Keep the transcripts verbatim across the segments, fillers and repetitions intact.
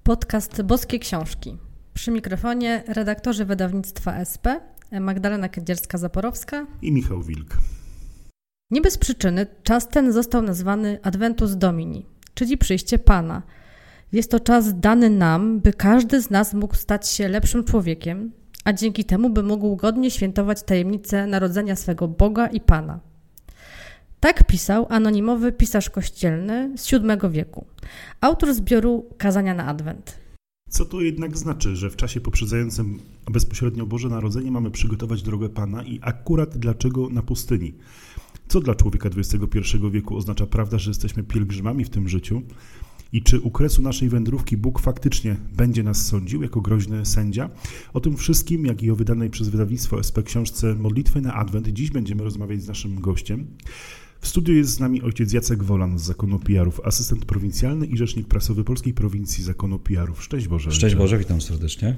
Podcast Boskie Książki. Przy mikrofonie redaktorzy wydawnictwa S P Magdalena Kędzierska-Zaporowska i Michał Wilk. Nie bez przyczyny czas ten został nazwany Adventus Domini, czyli przyjście Pana. Jest to czas dany nam, by każdy z nas mógł stać się lepszym człowiekiem, a dzięki temu by mógł godnie świętować tajemnicę narodzenia swego Boga i Pana. Tak pisał anonimowy pisarz kościelny z siódmego wieku, autor zbioru Kazania na Adwent. Co to jednak znaczy, że w czasie poprzedzającym bezpośrednio Boże Narodzenie mamy przygotować drogę Pana i akurat dlaczego na pustyni? Co dla człowieka dwudziestego pierwszego wieku oznacza prawda, że jesteśmy pielgrzymami w tym życiu? I czy u kresu naszej wędrówki Bóg faktycznie będzie nas sądził jako groźny sędzia? O tym wszystkim, jak i o wydanej przez wydawnictwo S P książce Modlitwy na Adwent, dziś będziemy rozmawiać z naszym gościem. W studiu jest z nami ojciec Jacek Wolan z Zakonu Pijarów, asystent prowincjalny i rzecznik prasowy Polskiej Prowincji Zakonu Pijarów. Szczęść Boże. Szczęść Boże, witam serdecznie.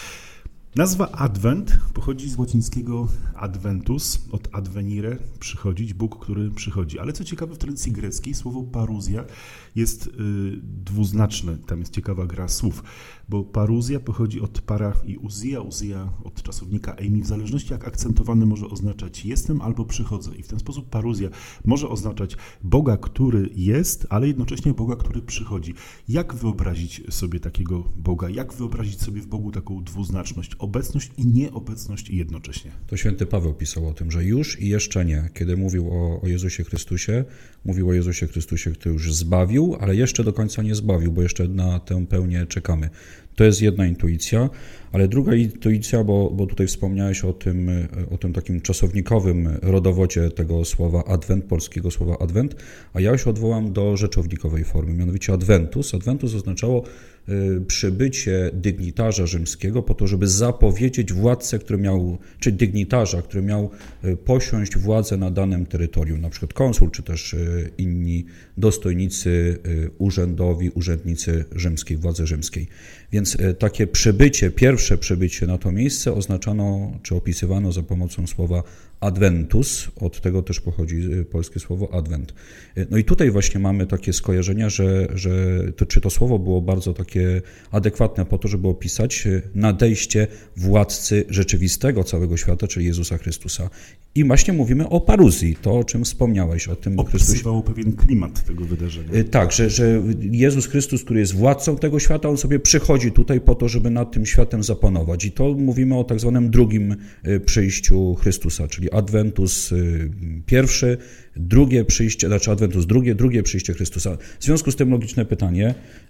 Nazwa Adwent pochodzi z łacińskiego adventus, od advenire, przychodzić, Bóg, który przychodzi. Ale co ciekawe, w tradycji greckiej słowo paruzja jest y, dwuznaczne. Tam jest ciekawa gra słów, bo paruzja pochodzi od para i uzja, uzja od czasownika eimi, w zależności jak akcentowany może oznaczać jestem albo przychodzę. I w ten sposób paruzja może oznaczać Boga, który jest, ale jednocześnie Boga, który przychodzi. Jak wyobrazić sobie takiego Boga? Jak wyobrazić sobie w Bogu taką dwuznaczność? Obecność i nieobecność jednocześnie. To święty Paweł pisał o tym, że już i jeszcze nie. Kiedy mówił o, o Jezusie Chrystusie, mówił o Jezusie Chrystusie, który już zbawił, ale jeszcze do końca nie zbawił, bo jeszcze na tę pełnię czekamy. To jest jedna intuicja, ale druga intuicja, bo, bo tutaj wspomniałeś o tym, o tym takim czasownikowym rodowodzie tego słowa adwent, polskiego słowa adwent, a ja się odwołam do rzeczownikowej formy, mianowicie adventus. Adventus oznaczało y, przybycie dygnitarza rzymskiego po to, żeby zapowiedzieć władcę, który miał, czy dygnitarza, który miał y, posiąść władzę na danym terytorium, na przykład konsul, czy też y, inni dostojnicy y, urzędowi, urzędnicy rzymskiej, władzy rzymskiej. Więc takie przybycie, pierwsze przybycie na to miejsce oznaczano, czy opisywano za pomocą słowa adventus, od tego też pochodzi polskie słowo adwent. No i tutaj właśnie mamy takie skojarzenia, że, że to, czy to słowo było bardzo takie adekwatne po to, żeby opisać nadejście władcy rzeczywistego całego świata, czyli Jezusa Chrystusa. I właśnie mówimy o paruzji, to o czym wspomniałeś, o tym Chrystusie. Opisywał pewien klimat tego wydarzenia. Tak, że, że Jezus Chrystus, który jest władcą tego świata, on sobie przychodzi tutaj po to, żeby nad tym światem zapanować. I to mówimy o tak zwanym drugim przyjściu Chrystusa, czyli adwentus pierwszy, drugie przyjście, znaczy adwentus drugie, drugie przyjście Chrystusa. W związku z tym logiczne pytanie,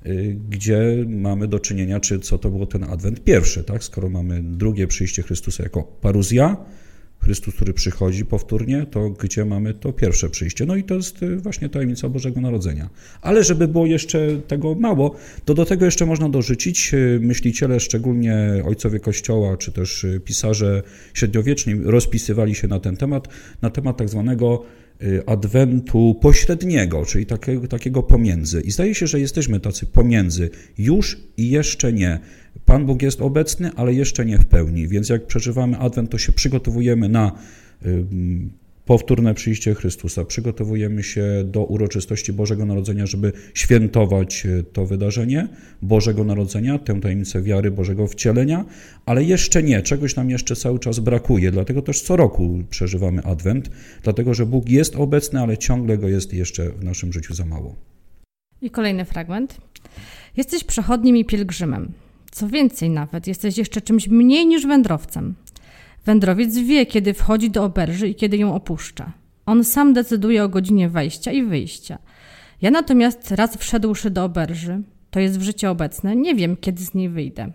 gdzie mamy do czynienia, czy co to było ten adwent pierwszy, tak? Skoro mamy drugie przyjście Chrystusa jako paruzja, Chrystus, który przychodzi powtórnie, to gdzie mamy to pierwsze przyjście? No i to jest właśnie tajemnica Bożego Narodzenia. Ale żeby było jeszcze tego mało, to do tego jeszcze można dorzucić myśliciele, szczególnie ojcowie Kościoła, czy też pisarze średniowieczni rozpisywali się na ten temat, na temat tak zwanego adwentu pośredniego, czyli takiego, takiego pomiędzy. I zdaje się, że jesteśmy tacy pomiędzy, już i jeszcze nie. Pan Bóg jest obecny, ale jeszcze nie w pełni, więc jak przeżywamy adwent, to się przygotowujemy na y, powtórne przyjście Chrystusa, przygotowujemy się do uroczystości Bożego Narodzenia, żeby świętować to wydarzenie Bożego Narodzenia, tę tajemnicę wiary Bożego wcielenia, ale jeszcze nie, czegoś nam jeszcze cały czas brakuje, dlatego też co roku przeżywamy adwent, dlatego że Bóg jest obecny, ale ciągle go jest jeszcze w naszym życiu za mało. I kolejny fragment. Jesteś przechodnim i pielgrzymem. Co więcej nawet, jesteś jeszcze czymś mniej niż wędrowcem. Wędrowiec wie, kiedy wchodzi do oberży i kiedy ją opuszcza. On sam decyduje o godzinie wejścia i wyjścia. Ja natomiast raz wszedłszy do oberży, to jest w życie obecne, nie wiem, kiedy z niej wyjdę.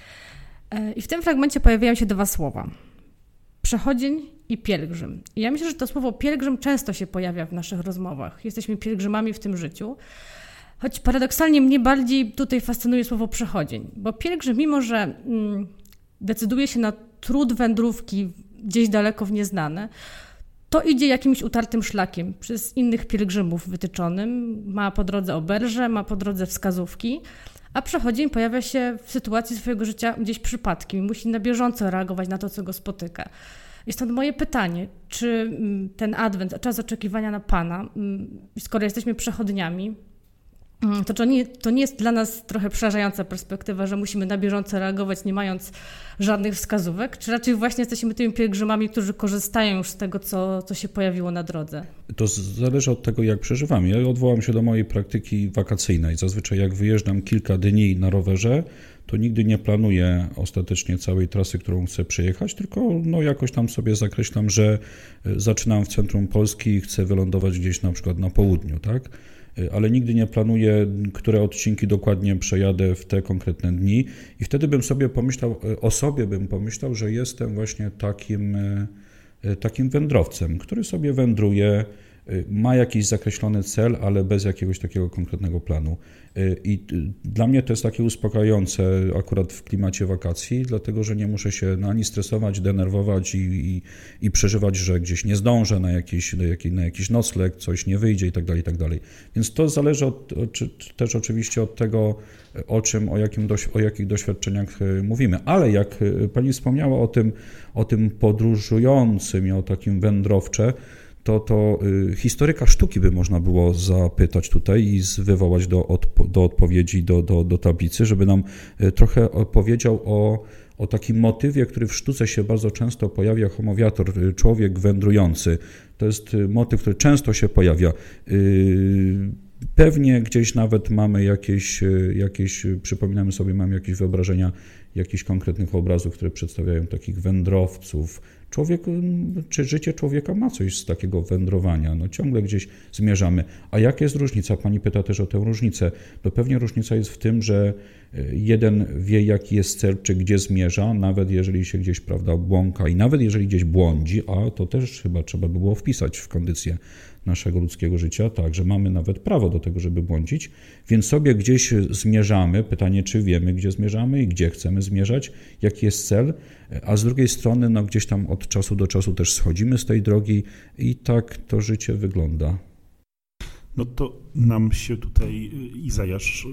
I w tym fragmencie pojawiają się dwa słowa. Przechodzień i pielgrzym. I ja myślę, że to słowo pielgrzym często się pojawia w naszych rozmowach. Jesteśmy pielgrzymami w tym życiu. Choć paradoksalnie mnie bardziej tutaj fascynuje słowo przechodzień, bo pielgrzym, mimo że mm, decyduje się na trud wędrówki gdzieś daleko w nieznane, to idzie jakimś utartym szlakiem przez innych pielgrzymów wytyczonym, ma po drodze oberże, ma po drodze wskazówki, a przechodzień pojawia się w sytuacji swojego życia gdzieś przypadkiem i musi na bieżąco reagować na to, co go spotyka. I stąd moje pytanie, czy ten adwent, czas oczekiwania na Pana, skoro jesteśmy przechodniami, To, to, nie, to nie jest dla nas trochę przerażająca perspektywa, że musimy na bieżąco reagować, nie mając żadnych wskazówek? Czy raczej właśnie jesteśmy tymi pielgrzymami, którzy korzystają już z tego, co, co się pojawiło na drodze? To zależy od tego, jak przeżywamy. Ja odwołam się do mojej praktyki wakacyjnej. Zazwyczaj jak wyjeżdżam kilka dni na rowerze, to nigdy nie planuję ostatecznie całej trasy, którą chcę przejechać, tylko no jakoś tam sobie zakreślam, że zaczynam w centrum Polski i chcę wylądować gdzieś na przykład na południu, tak? Ale nigdy nie planuję, które odcinki dokładnie przejadę w te konkretne dni i wtedy bym sobie pomyślał, o sobie bym pomyślał, że jestem właśnie takim, takim wędrowcem, który sobie wędruje, ma jakiś zakreślony cel, ale bez jakiegoś takiego konkretnego planu. I dla mnie to jest takie uspokajające akurat w klimacie wakacji, dlatego że nie muszę się no, ani stresować, denerwować i, i, i przeżywać, że gdzieś nie zdążę na jakiś, na jakiś nocleg, coś nie wyjdzie i tak dalej, i tak dalej. Więc to zależy od, od, też oczywiście od tego, o czym, o, jakim doś, o jakich doświadczeniach mówimy. Ale jak Pani wspomniała o tym, o tym podróżującym i o takim wędrowcze, to, to y, historyka sztuki by można było zapytać tutaj i wywołać do, odpo, do odpowiedzi, do, do, do tablicy, żeby nam y, trochę powiedział o, o takim motywie, który w sztuce się bardzo często pojawia, homowiator, y, człowiek wędrujący. To jest y, motyw, który często się pojawia. Y, pewnie gdzieś nawet mamy jakieś, y, jakieś, przypominamy sobie, mamy jakieś wyobrażenia jakichś konkretnych obrazów, które przedstawiają takich wędrowców. Człowiek, czy życie człowieka ma coś z takiego wędrowania, no ciągle gdzieś zmierzamy. A jaka jest różnica? Pani pyta też o tę różnicę. No pewnie różnica jest w tym, że jeden wie, jaki jest cel, czy gdzie zmierza, nawet jeżeli się gdzieś, prawda, błąka i nawet jeżeli gdzieś błądzi, a to też chyba trzeba by było wpisać w kondycję naszego ludzkiego życia, tak, że mamy nawet prawo do tego, żeby błądzić, więc sobie gdzieś zmierzamy, pytanie, czy wiemy, gdzie zmierzamy i gdzie chcemy zmierzać, jaki jest cel, a z drugiej strony, no gdzieś tam od czasu do czasu też schodzimy z tej drogi i tak to życie wygląda. No to nam się tutaj Izajasz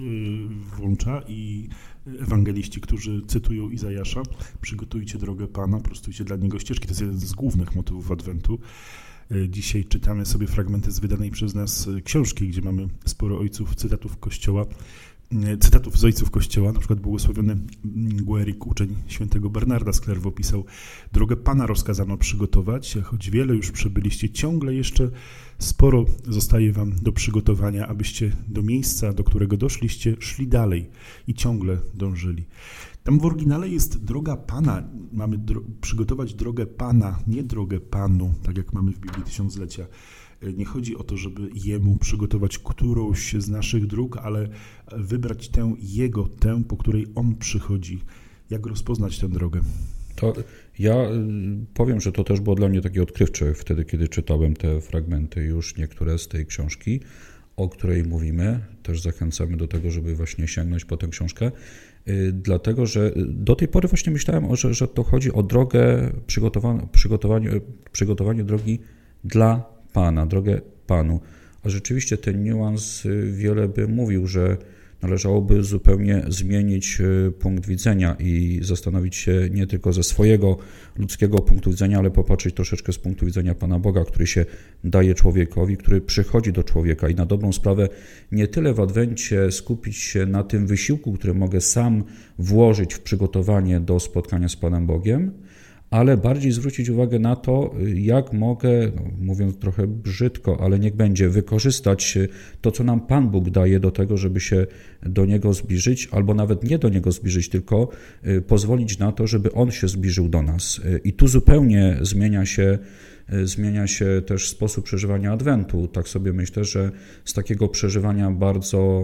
włącza i ewangeliści, którzy cytują Izajasza, przygotujcie drogę Pana, prostujcie dla Niego ścieżki. To jest jeden z głównych motywów Adwentu. Dzisiaj czytamy sobie fragmenty z wydanej przez nas książki, gdzie mamy sporo ojców, cytatów Kościoła, cytatów z ojców Kościoła. Na przykład błogosławiony Guerik, uczeń świętego Bernarda z Clairvaux, pisał: drogę Pana rozkazano przygotować, choć wiele już przebyliście, ciągle jeszcze sporo zostaje wam do przygotowania, abyście do miejsca, do którego doszliście, szli dalej i ciągle dążyli. Tam w oryginale jest droga Pana. Mamy dro- przygotować drogę Pana, nie drogę Panu, tak jak mamy w Biblii Tysiąclecia. Nie chodzi o to, żeby Jemu przygotować którąś z naszych dróg, ale wybrać tę Jego, tę, po której On przychodzi. Jak rozpoznać tę drogę? To ja powiem, że to też było dla mnie takie odkrywcze wtedy, kiedy czytałem te fragmenty, już niektóre z tej książki, o której mówimy. Też zachęcamy do tego, żeby właśnie sięgnąć po tę książkę, dlatego że do tej pory właśnie myślałem, że, że to chodzi o drogę, przygotowanie, przygotowanie, przygotowanie drogi dla Pana, drogę Panu. A rzeczywiście ten niuans wiele by mówił, że należałoby zupełnie zmienić punkt widzenia i zastanowić się nie tylko ze swojego ludzkiego punktu widzenia, ale popatrzeć troszeczkę z punktu widzenia Pana Boga, który się daje człowiekowi, który przychodzi do człowieka i na dobrą sprawę nie tyle w Adwencie skupić się na tym wysiłku, który mogę sam włożyć w przygotowanie do spotkania z Panem Bogiem, ale bardziej zwrócić uwagę na to, jak mogę, no, mówiąc trochę brzydko, ale niech będzie, wykorzystać to, co nam Pan Bóg daje do tego, żeby się do Niego zbliżyć, albo nawet nie do Niego zbliżyć, tylko pozwolić na to, żeby On się zbliżył do nas. I tu zupełnie zmienia się, zmienia się też sposób przeżywania Adwentu. Tak sobie myślę, że z takiego przeżywania bardzo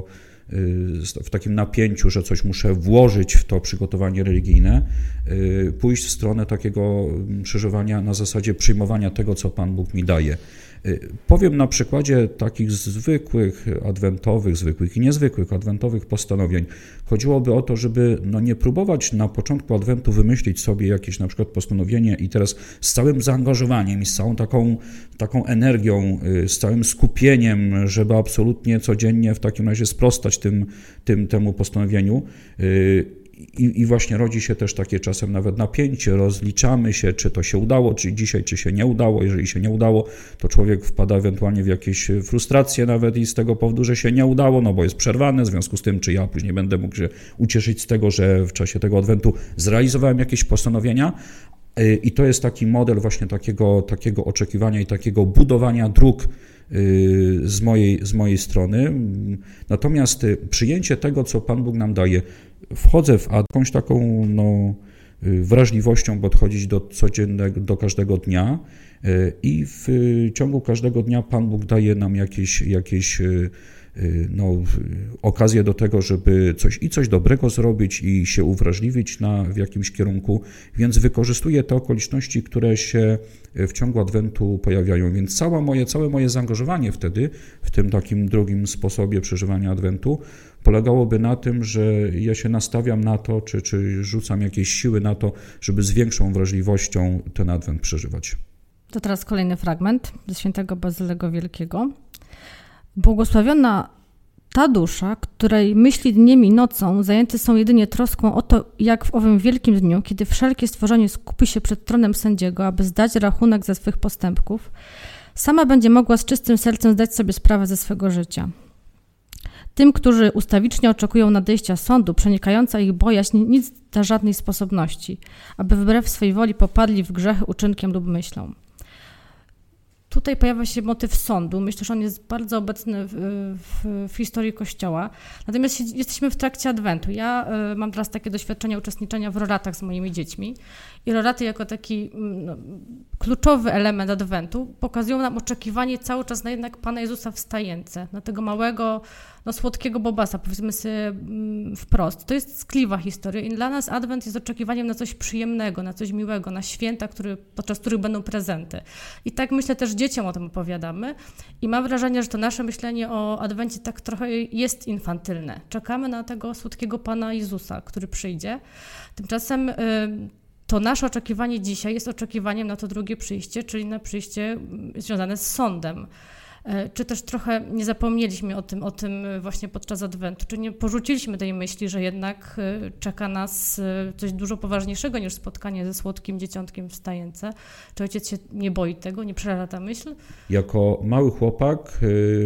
w takim napięciu, że coś muszę włożyć w to przygotowanie religijne, pójść w stronę takiego przeżywania na zasadzie przyjmowania tego, co Pan Bóg mi daje. Powiem na przykładzie takich zwykłych adwentowych, zwykłych i niezwykłych adwentowych postanowień. Chodziłoby o to, żeby no nie próbować na początku adwentu wymyślić sobie jakieś na przykład postanowienie i teraz z całym zaangażowaniem i z całą taką, taką energią, z całym skupieniem, żeby absolutnie codziennie w takim razie sprostać tym, tym, temu postanowieniu I, I właśnie rodzi się też takie czasem nawet napięcie, rozliczamy się, czy to się udało, czy dzisiaj, czy się nie udało. Jeżeli się nie udało, to człowiek wpada ewentualnie w jakieś frustracje nawet i z tego powodu, że się nie udało, no bo jest przerwane, w związku z tym, czy ja później będę mógł się ucieszyć z tego, że w czasie tego Adwentu zrealizowałem jakieś postanowienia. I to jest taki model właśnie takiego, takiego oczekiwania i takiego budowania dróg z mojej, z mojej strony. Natomiast przyjęcie tego, co Pan Bóg nam daje, wchodzę w jakąś taką no, wrażliwością podchodzić do codziennego, do każdego dnia i w ciągu każdego dnia Pan Bóg daje nam jakieś, jakieś no, okazję do tego, żeby coś i coś dobrego zrobić i się uwrażliwić na, w jakimś kierunku, więc wykorzystuję te okoliczności, które się w ciągu Adwentu pojawiają, więc całe moje, całe moje zaangażowanie wtedy w tym takim drugim sposobie przeżywania Adwentu polegałoby na tym, że ja się nastawiam na to, czy, czy rzucam jakieś siły na to, żeby z większą wrażliwością ten Adwent przeżywać. To teraz kolejny fragment ze świętego Bazylego Wielkiego. Błogosławiona ta dusza, której myśli dniem i nocą zajęte są jedynie troską o to, jak w owym wielkim dniu, kiedy wszelkie stworzenie skupi się przed tronem sędziego, aby zdać rachunek ze swych postępków, sama będzie mogła z czystym sercem zdać sobie sprawę ze swego życia. Tym, którzy ustawicznie oczekują nadejścia sądu, przenikająca ich bojaźń nic da żadnej sposobności, aby wbrew swej woli popadli w grzechy uczynkiem lub myślą. Tutaj pojawia się motyw sądu. Myślę, że on jest bardzo obecny w, w, w historii Kościoła. Natomiast jesteśmy w trakcie Adwentu. Ja y, mam teraz takie doświadczenie uczestniczenia w roratach z moimi dziećmi. I roraty jako taki no, kluczowy element Adwentu pokazują nam oczekiwanie cały czas na jednak Pana Jezusa w stajence, na tego małego, no, słodkiego bobasa, powiedzmy sobie wprost. To jest tkliwa historia i dla nas Adwent jest oczekiwaniem na coś przyjemnego, na coś miłego, na święta, który, podczas których będą prezenty. I tak myślę też dzieciom o tym opowiadamy i mam wrażenie, że to nasze myślenie o Adwencie tak trochę jest infantylne. Czekamy na tego słodkiego Pana Jezusa, który przyjdzie. Tymczasem y, to nasze oczekiwanie dzisiaj jest oczekiwaniem na to drugie przyjście, czyli na przyjście związane z sądem. Czy też trochę nie zapomnieliśmy o tym, o tym właśnie podczas Adwentu, czy nie porzuciliśmy tej myśli, że jednak czeka nas coś dużo poważniejszego niż spotkanie ze słodkim dzieciątkiem w stajence? Czy ojciec się nie boi tego, nie przeraża ta myśl? Jako mały chłopak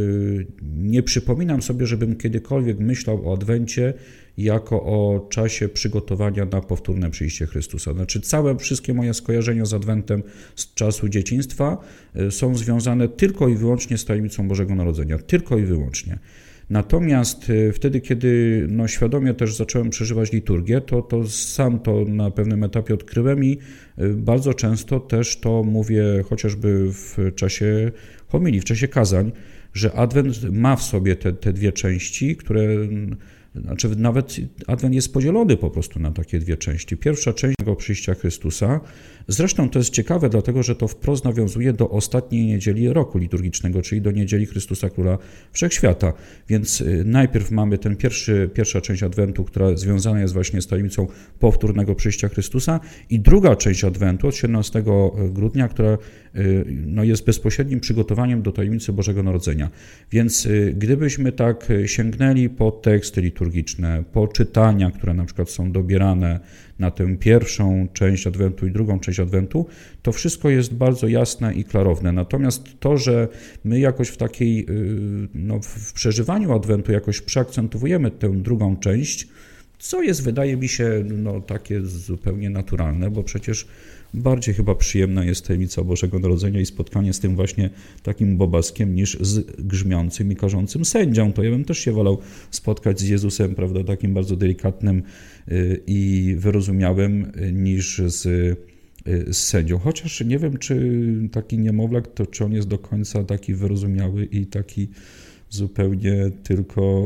nie przypominam sobie, żebym kiedykolwiek myślał o Adwencie jako o czasie przygotowania na powtórne przyjście Chrystusa. Znaczy całe, wszystkie moje skojarzenia z Adwentem z czasu dzieciństwa są związane tylko i wyłącznie z tajemnicą Bożego Narodzenia. Tylko i wyłącznie. Natomiast wtedy, kiedy no, świadomie też zacząłem przeżywać liturgię, to, to sam to na pewnym etapie odkryłem i bardzo często też to mówię chociażby w czasie homilii, w czasie kazań, że Adwent ma w sobie te, te dwie części, które... Znaczy nawet Adwent jest podzielony po prostu na takie dwie części. Pierwsza część tego przyjścia Chrystusa, zresztą to jest ciekawe, dlatego że to wprost nawiązuje do ostatniej niedzieli roku liturgicznego, czyli do niedzieli Chrystusa Króla Wszechświata. Więc najpierw mamy ten pierwszy, pierwsza część Adwentu, która związana jest właśnie z tajemnicą powtórnego przyjścia Chrystusa i druga część Adwentu od siedemnastego grudnia, która no, jest bezpośrednim przygotowaniem do tajemnicy Bożego Narodzenia. Więc gdybyśmy tak sięgnęli po teksty liturgiczne, po czytania, które na przykład są dobierane na tę pierwszą część Adwentu i drugą część Adwentu, to wszystko jest bardzo jasne i klarowne. Natomiast to, że my jakoś w takiej, no, w przeżywaniu Adwentu jakoś przeakcentowujemy tę drugą część, co jest, wydaje mi się, no, takie zupełnie naturalne, bo przecież bardziej chyba przyjemna jest tajemnica Bożego Narodzenia i spotkanie z tym właśnie takim bobaskiem niż z grzmiącym i karzącym sędzią. To ja bym też się wolał spotkać z Jezusem, prawda, takim bardzo delikatnym i wyrozumiałym niż z, z sędzią. Chociaż nie wiem, czy taki niemowlak, to czy on jest do końca taki wyrozumiały i taki zupełnie tylko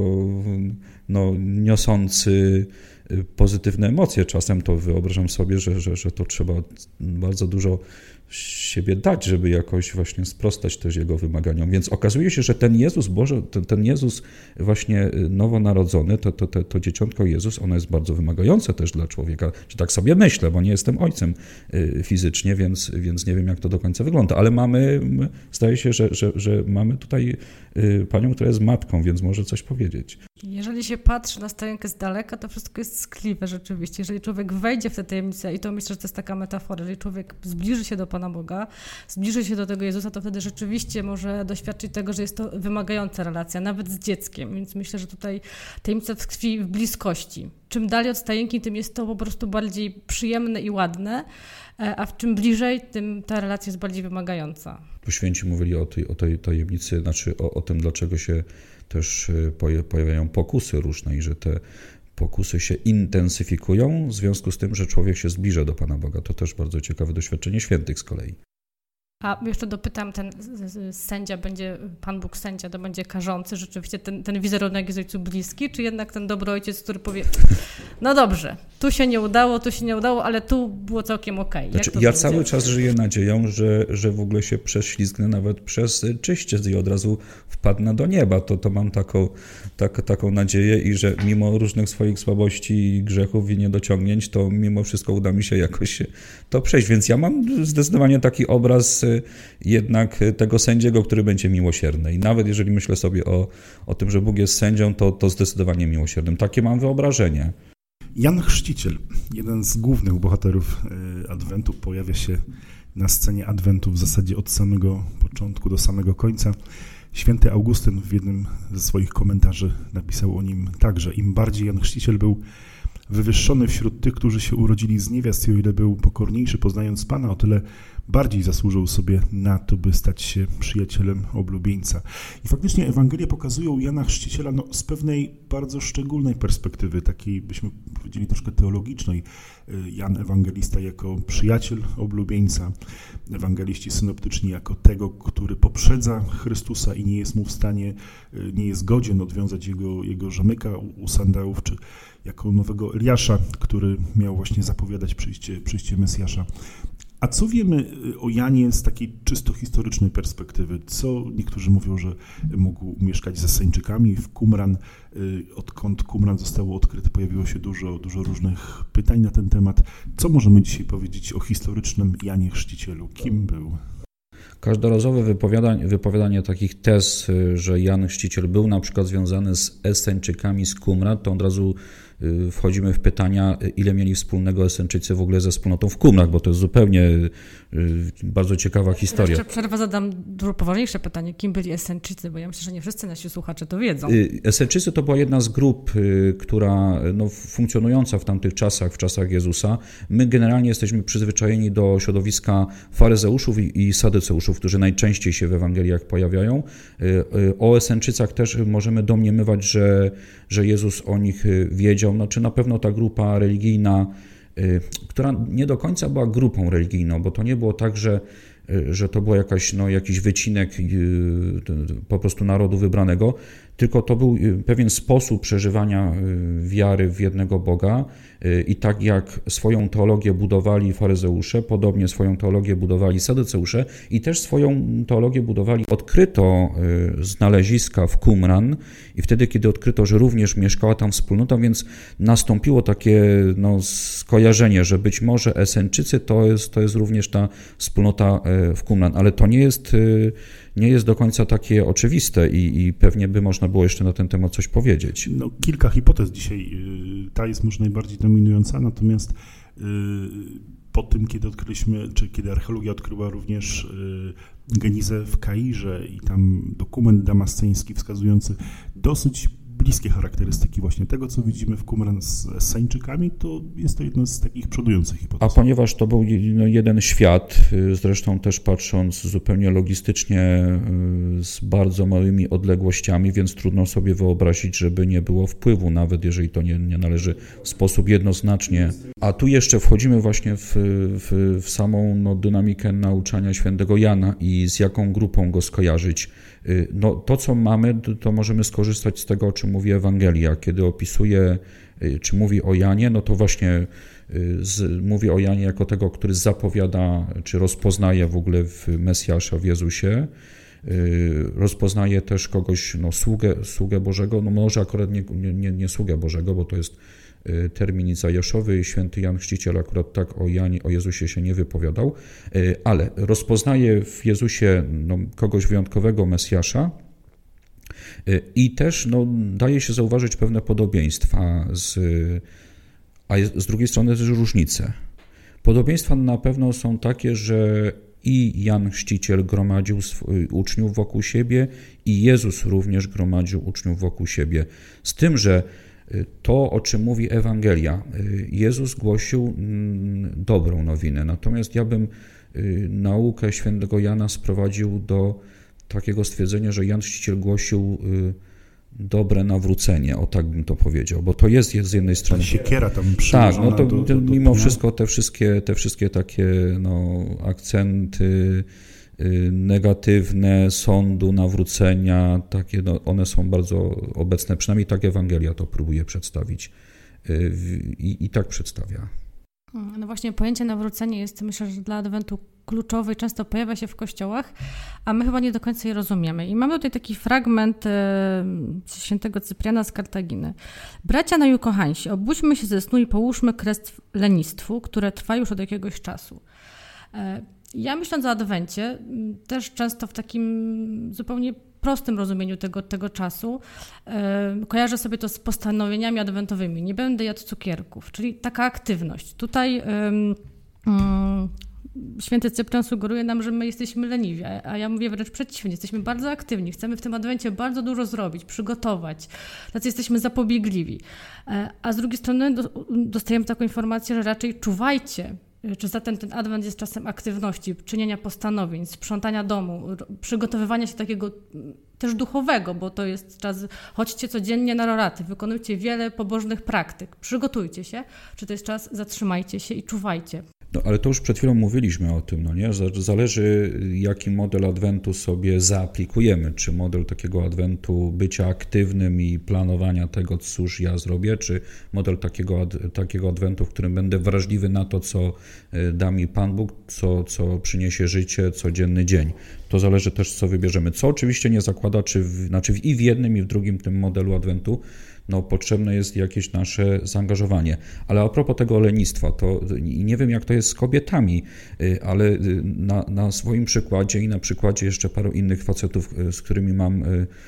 no, niosący pozytywne emocje. Czasem to wyobrażam sobie, że, że, że to trzeba bardzo dużo siebie dać, żeby jakoś właśnie sprostać też jego wymaganiom. Więc okazuje się, że ten Jezus Boże, ten, ten Jezus właśnie nowonarodzony, to, to, to, to dzieciątko Jezus, ono jest bardzo wymagające też dla człowieka. Czy tak sobie myślę, bo nie jestem ojcem fizycznie, więc, więc nie wiem, jak to do końca wygląda. Ale mamy, zdaje się, że, że, że mamy tutaj panią, która jest matką, więc może coś powiedzieć. Jeżeli się patrzy na stajenkę z daleka, to wszystko jest jest tkliwe rzeczywiście. Jeżeli człowiek wejdzie w tę tajemnicę, i to myślę, że to jest taka metafora, jeżeli człowiek zbliży się do Pana Boga, zbliży się do tego Jezusa, to wtedy rzeczywiście może doświadczyć tego, że jest to wymagająca relacja, nawet z dzieckiem. Więc myślę, że tutaj tajemnica tkwi w bliskości. Czym dalej od stajenki, tym jest to po prostu bardziej przyjemne i ładne, a w czym bliżej, tym ta relacja jest bardziej wymagająca. Święci mówili o tej, o tej tajemnicy, znaczy o, o tym, dlaczego się też pojawiają pokusy różne i że te pokusy się intensyfikują w związku z tym, że człowiek się zbliża do Pana Boga. To też bardzo ciekawe doświadczenie świętych z kolei. A jeszcze dopytam, ten sędzia będzie, Pan Bóg sędzia, to będzie karzący, rzeczywiście ten, ten wizerunek jest ojcu bliski, czy jednak ten dobry ojciec, który powie, no dobrze, tu się nie udało, tu się nie udało, ale tu było całkiem okej. Znaczy, ja będzie? cały czas żyję nadzieją, że, że w ogóle się prześlizgnę nawet przez czyściec i od razu wpadnę do nieba. To, to mam taką, tak, taką nadzieję i że mimo różnych swoich słabości i grzechów i niedociągnięć, to mimo wszystko uda mi się jakoś to przejść. Więc ja mam zdecydowanie taki obraz jednak tego sędziego, który będzie miłosierny. I nawet jeżeli myślę sobie o, o tym, że Bóg jest sędzią, to, to zdecydowanie miłosiernym. Takie mam wyobrażenie. Jan Chrzciciel, jeden z głównych bohaterów Adwentu, pojawia się na scenie Adwentu w zasadzie od samego początku do samego końca. Święty Augustyn w jednym ze swoich komentarzy napisał o nim tak, że im bardziej Jan Chrzciciel był wywyższony wśród tych, którzy się urodzili z niewiast, i o ile był pokorniejszy, poznając Pana, o tyle bardziej zasłużył sobie na to, by stać się przyjacielem oblubieńca. I faktycznie Ewangelie pokazują Jana Chrzciciela no, z pewnej bardzo szczególnej perspektywy, takiej byśmy powiedzieli troszkę teologicznej. Jan Ewangelista jako przyjaciel oblubieńca, ewangeliści synoptyczni jako tego, który poprzedza Chrystusa i nie jest mu w stanie, nie jest godzien odwiązać jego, jego rzemyka u sandałów, czy jako nowego Eliasza, który miał właśnie zapowiadać przyjście, przyjście Mesjasza. A co wiemy o Janie z takiej czysto historycznej perspektywy? Co niektórzy mówią, że mógł mieszkać ze Seńczykami w Qumran. Odkąd Qumran zostało odkryte, pojawiło się dużo, dużo różnych pytań na ten temat. Co możemy dzisiaj powiedzieć o historycznym Janie Chrzcicielu? Kim był? Każdorazowe wypowiadanie, wypowiadanie takich tez, że Jan Chrzciciel był na przykład związany z Eseńczykami z Qumran, to od razu wchodzimy w pytania, ile mieli wspólnego Eseńczycy w ogóle ze wspólnotą w Qumrach, bo to jest zupełnie bardzo ciekawa historia. Jeszcze przerwę zadam dużo poważniejsze pytanie, kim byli Eseńczycy, bo ja myślę, że nie wszyscy nasi słuchacze to wiedzą. Eseńczycy to była jedna z grup, która no, funkcjonująca w tamtych czasach, w czasach Jezusa. My generalnie jesteśmy przyzwyczajeni do środowiska faryzeuszów i, i sadyceuszów, którzy najczęściej się w Ewangeliach pojawiają. O Eseńczycach też możemy domniemywać, że, że Jezus o nich wiedział. Znaczy na pewno ta grupa religijna, która nie do końca była grupą religijną, bo to nie było tak, że, że to był jakaś, no, jakiś wycinek po prostu narodu wybranego, tylko to był pewien sposób przeżywania wiary w jednego Boga i tak jak swoją teologię budowali faryzeusze, podobnie swoją teologię budowali sadyceusze i też swoją teologię budowali. Odkryto znaleziska w Qumran i wtedy, kiedy odkryto, że również mieszkała tam wspólnota, więc nastąpiło takie no, skojarzenie, że być może Eseńczycy to jest, to jest również ta wspólnota w Qumran, ale to nie jest, nie jest do końca takie oczywiste i, i pewnie by można było jeszcze na ten temat coś powiedzieć. No, kilka hipotez dzisiaj, ta jest może najbardziej dominująca, natomiast po tym, kiedy odkryliśmy, czy kiedy archeologia odkryła również Genizę w Kairze i tam dokument damasceński wskazujący dosyć bliskie charakterystyki właśnie tego, co widzimy w Qumran z Eseńczykami, to jest to jedna z takich przodujących hipotez. A ponieważ to był no, jeden świat, zresztą też patrząc zupełnie logistycznie z bardzo małymi odległościami, więc trudno sobie wyobrazić, żeby nie było wpływu, nawet jeżeli to nie, nie należy w sposób jednoznacznie. A tu jeszcze wchodzimy właśnie w, w, w samą no, dynamikę nauczania świętego Jana i z jaką grupą go skojarzyć. No, to, co mamy, to możemy skorzystać z tego, o czym mówi Ewangelia. Kiedy opisuje, czy mówi o Janie, no to właśnie z, mówi o Janie jako tego, który zapowiada, czy rozpoznaje w ogóle w Mesjasza, w Jezusie. Rozpoznaje też kogoś, no, sługę, sługę Bożego, no może akurat nie, nie, nie sługę Bożego, bo to jest termin izajaszowy i święty Jan Chrzciciel akurat tak o Janie, o Jezusie się nie wypowiadał, ale rozpoznaje w Jezusie no, kogoś wyjątkowego Mesjasza i też no, daje się zauważyć pewne podobieństwa z, a z drugiej strony też różnice. Podobieństwa na pewno są takie, że i Jan Chrzciciel gromadził uczniów wokół siebie i Jezus również gromadził uczniów wokół siebie. Z tym, że to, o czym mówi Ewangelia, Jezus głosił dobrą nowinę, natomiast ja bym naukę świętego Jana sprowadził do takiego stwierdzenia, że Jan Chrzciciel głosił dobre nawrócenie, o tak bym to powiedział, bo to jest, jest z jednej strony... Siekiera tam tak, no to, do, do, do mimo dnia. wszystko te wszystkie, te wszystkie takie no, akcenty negatywne sądu, nawrócenia, takie, no, one są bardzo obecne, przynajmniej tak Ewangelia to próbuje przedstawić i, i tak przedstawia. No właśnie, pojęcie nawrócenia jest, myślę, że dla Adwentu kluczowe i często pojawia się w kościołach, a my chyba nie do końca je rozumiemy. I mamy tutaj taki fragment e, świętego Cypriana z Kartaginy. Bracia najukochańsi, obudźmy się ze snu i połóżmy kres lenistwu, które trwa już od jakiegoś czasu. E, ja myśląc o Adwencie, też często w takim zupełnie prostym rozumieniu tego, tego czasu, e, kojarzę sobie to z postanowieniami adwentowymi. Nie będę jadł cukierków, czyli taka aktywność. Tutaj e, e, święty Cyprian sugeruje nam, że my jesteśmy leniwi, a ja mówię wręcz przeciwnie, jesteśmy bardzo aktywni, chcemy w tym adwencie bardzo dużo zrobić, przygotować, tacy jesteśmy zapobiegliwi. E, a z drugiej strony do, dostajemy taką informację, że raczej czuwajcie, czy zatem ten adwent jest czasem aktywności, czynienia postanowień, sprzątania domu, przygotowywania się takiego też duchowego, bo to jest czas, chodźcie codziennie na roraty, wykonujcie wiele pobożnych praktyk, przygotujcie się, czy to jest czas, zatrzymajcie się i czuwajcie. No, ale to już przed chwilą mówiliśmy o tym, no nie? Zależy, jaki model adwentu sobie zaaplikujemy, czy model takiego adwentu bycia aktywnym i planowania tego, cóż ja zrobię, czy model takiego, takiego adwentu, w którym będę wrażliwy na to, co da mi Pan Bóg, co, co przyniesie życie, codzienny dzień. To zależy też, co wybierzemy, co oczywiście nie zakłada, czy w, znaczy i w jednym, i w drugim tym modelu adwentu no, potrzebne jest jakieś nasze zaangażowanie. Ale a propos tego lenistwa, to nie wiem, jak to jest z kobietami, ale na, na swoim przykładzie i na przykładzie jeszcze paru innych facetów, z którymi mam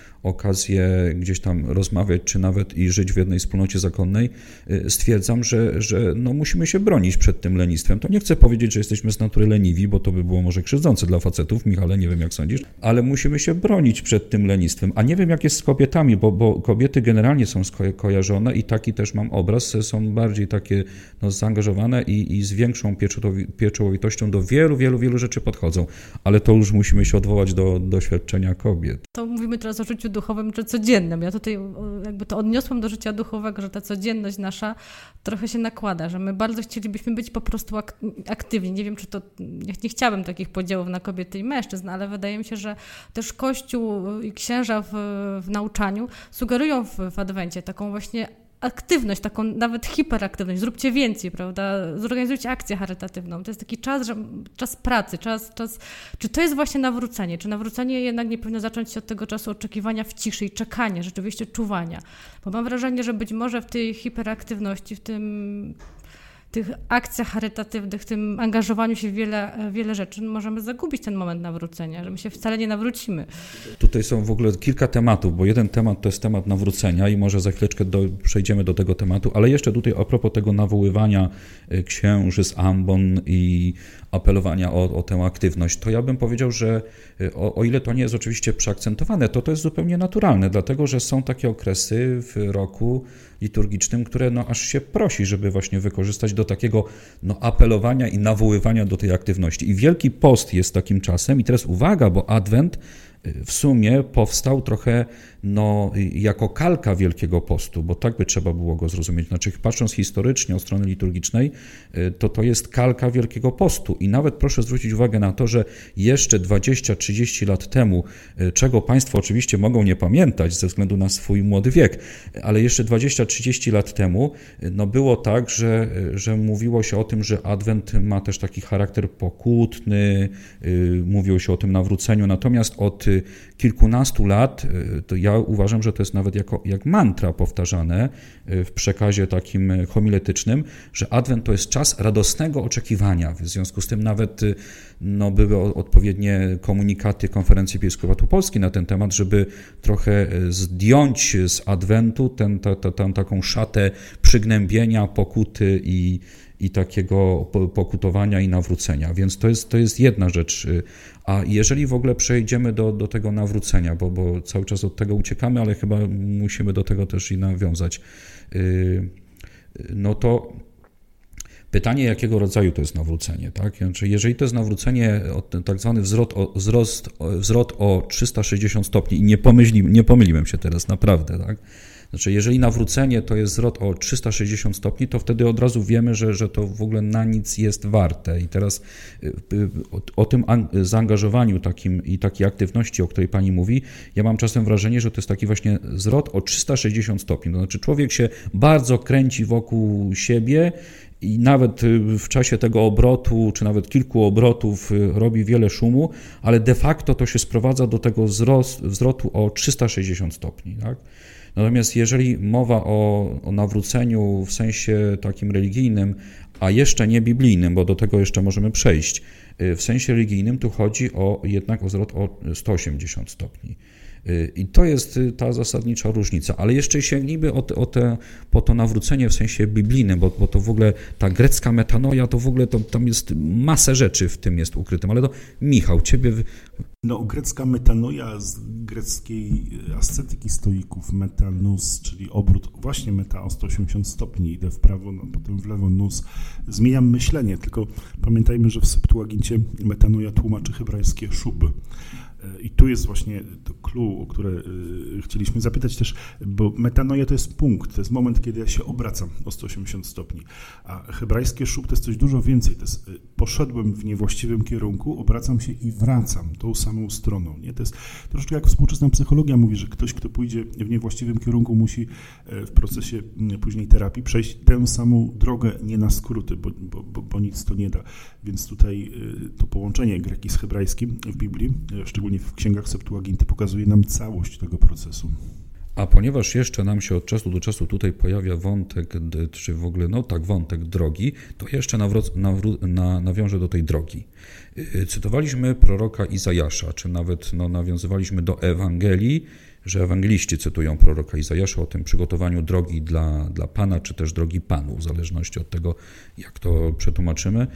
okazję gdzieś tam rozmawiać, czy nawet i żyć w jednej wspólnocie zakonnej, stwierdzam, że, że no musimy się bronić przed tym lenistwem. To nie chcę powiedzieć, że jesteśmy z natury leniwi, bo to by było może krzywdzące dla facetów, Michale, nie wiem jak sądzisz, ale musimy się bronić przed tym lenistwem. A nie wiem jak jest z kobietami, bo, bo kobiety generalnie są sko- kojarzone i taki też mam obraz, są bardziej takie no, zaangażowane i, i z większą pieczołowi- pieczołowitością do wielu, wielu, wielu rzeczy podchodzą. Ale to już musimy się odwołać do doświadczenia kobiet. To mówimy teraz o życiu duchowym czy codziennym. Ja tutaj jakby to odniosłam do życia duchowego, że ta codzienność nasza trochę się nakłada, że my bardzo chcielibyśmy być po prostu ak- aktywni. Nie wiem, czy to, ja nie chciałabym takich podziałów na kobiety i mężczyzn, ale wydaje mi się, że też Kościół i księża w, w nauczaniu sugerują w, w Adwencie taką właśnie aktywność, taką nawet hiperaktywność, zróbcie więcej, prawda, zorganizujcie akcję charytatywną. To jest taki czas, że, czas pracy, czas, czas, czy to jest właśnie nawrócenie, czy nawrócenie jednak nie powinno zacząć się od tego czasu oczekiwania w ciszy i czekania, rzeczywiście czuwania, bo mam wrażenie, że być może w tej hiperaktywności, w tym tych akcjach charytatywnych, w tym angażowaniu się w wiele, wiele rzeczy, możemy zagubić ten moment nawrócenia, że my się wcale nie nawrócimy. Tutaj są w ogóle kilka tematów, bo jeden temat to jest temat nawrócenia i może za chwileczkę do, przejdziemy do tego tematu, ale jeszcze tutaj a propos tego nawoływania księży z ambon i apelowania o, o tę aktywność, to ja bym powiedział, że o, o ile to nie jest oczywiście przeakcentowane, to to jest zupełnie naturalne, dlatego że są takie okresy w roku liturgicznym, które no aż się prosi, żeby właśnie wykorzystać do takiego no, apelowania i nawoływania do tej aktywności. I Wielki Post jest takim czasem i teraz uwaga, bo Adwent w sumie powstał trochę no, jako kalka Wielkiego Postu, bo tak by trzeba było go zrozumieć. Znaczy, patrząc historycznie od strony liturgicznej, to to jest kalka Wielkiego Postu i nawet proszę zwrócić uwagę na to, że jeszcze dwadzieścia trzydzieści lat temu, czego Państwo oczywiście mogą nie pamiętać ze względu na swój młody wiek, ale jeszcze dwadzieścia trzydzieści lat temu no, było tak, że, że mówiło się o tym, że Adwent ma też taki charakter pokutny, mówiło się o tym nawróceniu, natomiast od kilkunastu lat, to ja uważam, że to jest nawet jako, jak mantra powtarzane w przekazie takim homiletycznym, że Adwent to jest czas radosnego oczekiwania. W związku z tym nawet no, były odpowiednie komunikaty Konferencji Episkopatu Polski na ten temat, żeby trochę zdjąć z Adwentu tę ta, ta, ta, taką szatę przygnębienia, pokuty i i takiego pokutowania i nawrócenia. Więc to jest, to jest jedna rzecz. A jeżeli w ogóle przejdziemy do, do tego nawrócenia, bo, bo cały czas od tego uciekamy, ale chyba musimy do tego też i nawiązać, no to pytanie, jakiego rodzaju to jest nawrócenie, tak? Znaczy, jeżeli to jest nawrócenie, tak zwany wzrost o, wzrost, wzrost o trzysta sześćdziesiąt stopni i nie, pomyśli, nie pomyliłem się teraz, naprawdę, tak? Znaczy, jeżeli nawrócenie to jest zwrot o trzysta sześćdziesiąt stopni, to wtedy od razu wiemy, że, że to w ogóle na nic jest warte. I teraz o, o tym zaangażowaniu takim i takiej aktywności, o której Pani mówi, ja mam czasem wrażenie, że to jest taki właśnie zwrot o trzysta sześćdziesiąt stopni. To znaczy, człowiek się bardzo kręci wokół siebie i nawet w czasie tego obrotu, czy nawet kilku obrotów robi wiele szumu, ale de facto to się sprowadza do tego wzrost, wzrotu o trzysta sześćdziesiąt stopni, tak? Natomiast jeżeli mowa o, o nawróceniu w sensie takim religijnym, a jeszcze nie biblijnym, bo do tego jeszcze możemy przejść, w sensie religijnym tu chodzi o jednak o zwrot o sto osiemdziesiąt stopni. I to jest ta zasadnicza różnica. Ale jeszcze sięgnijmy o te, o te, po to nawrócenie w sensie biblijnym, bo, bo to w ogóle ta grecka metanoia, to w ogóle to, tam jest masę rzeczy w tym jest ukrytym. Ale to Michał, ciebie... No, grecka metanoia z greckiej ascetyki stoików, metanus, czyli obrót, właśnie meta o sto osiemdziesiąt stopni, idę w prawo, no, potem w lewo, nus, zmieniam myślenie, tylko pamiętajmy, że w Septuagincie metanoia tłumaczy hebrajskie szuby. I tu jest właśnie to clue, o które chcieliśmy zapytać też, bo metanoia to jest punkt, to jest moment, kiedy ja się obracam o sto osiemdziesiąt stopni, a hebrajskie szub to jest coś dużo więcej, to jest poszedłem w niewłaściwym kierunku, obracam się i wracam tą samą stroną. Nie? To jest troszeczkę jak współczesna psychologia mówi, że ktoś, kto pójdzie w niewłaściwym kierunku, musi w procesie później terapii przejść tę samą drogę, nie na skróty, bo, bo, bo, bo nic to nie da. Więc tutaj to połączenie greki z hebrajskim w Biblii, szczególnie w księgach Septuaginty, pokazuje nam całość tego procesu. A ponieważ jeszcze nam się od czasu do czasu tutaj pojawia wątek, czy w ogóle, no tak, wątek drogi, to jeszcze nawró- nawró- na, nawiążę do tej drogi. Cytowaliśmy proroka Izajasza, czy nawet no, nawiązywaliśmy do Ewangelii, że ewangeliści cytują proroka Izajasza o tym przygotowaniu drogi dla, dla Pana, czy też drogi Panu, w zależności od tego, jak to przetłumaczymy.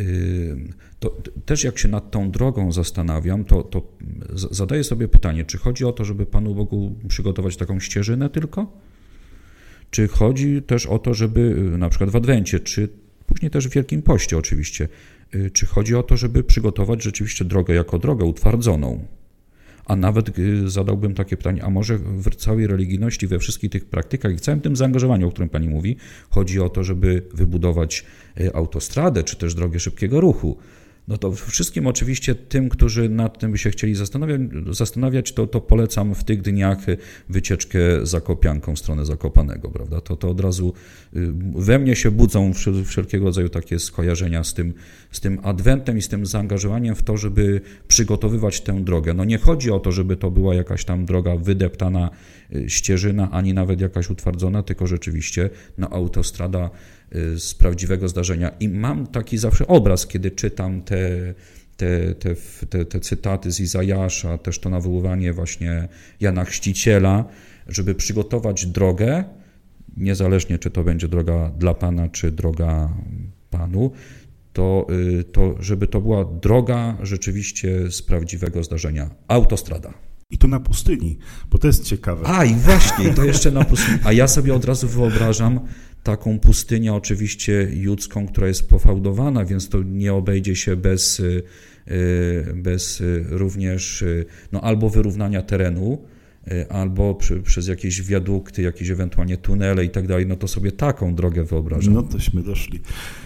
To też jak się nad tą drogą zastanawiam, to, to zadaję sobie pytanie, czy chodzi o to, żeby Panu Bogu przygotować taką ścieżynę tylko? Czy chodzi też o to, żeby na przykład w Adwencie, czy później też w Wielkim Poście oczywiście, czy chodzi o to, żeby przygotować rzeczywiście drogę jako drogę utwardzoną? A nawet zadałbym takie pytanie, a może w całej religijności, we wszystkich tych praktykach i w całym tym zaangażowaniu, o którym Pani mówi, chodzi o to, żeby wybudować autostradę, czy też drogę szybkiego ruchu. No to wszystkim oczywiście tym, którzy nad tym by się chcieli zastanawiać, zastanawiać to, to polecam w tych dniach wycieczkę Zakopianką w stronę Zakopanego, prawda? To, to od razu we mnie się budzą wszelkiego rodzaju takie skojarzenia z tym, z tym adwentem i z tym zaangażowaniem w to, żeby przygotowywać tę drogę. No nie chodzi o to, żeby to była jakaś tam droga wydeptana ścieżyna, ani nawet jakaś utwardzona, tylko rzeczywiście no, autostrada z prawdziwego zdarzenia. I mam taki zawsze obraz, kiedy czytam te, te, te, te, te cytaty z Izajasza, też to nawoływanie właśnie Jana Chrzciciela, żeby przygotować drogę, niezależnie czy to będzie droga dla Pana, czy droga Panu, to, to żeby to była droga rzeczywiście z prawdziwego zdarzenia. Autostrada. I to na pustyni, bo to jest ciekawe. A i właśnie, to jeszcze na pustyni. A ja sobie od razu wyobrażam taką pustynię oczywiście judzką, która jest pofałdowana, więc to nie obejdzie się bez, bez również no, albo wyrównania terenu, albo przy, przez jakieś wiadukty, jakieś ewentualnie tunele i tak dalej, no to sobie taką drogę wyobrażam. No tośmy doszli.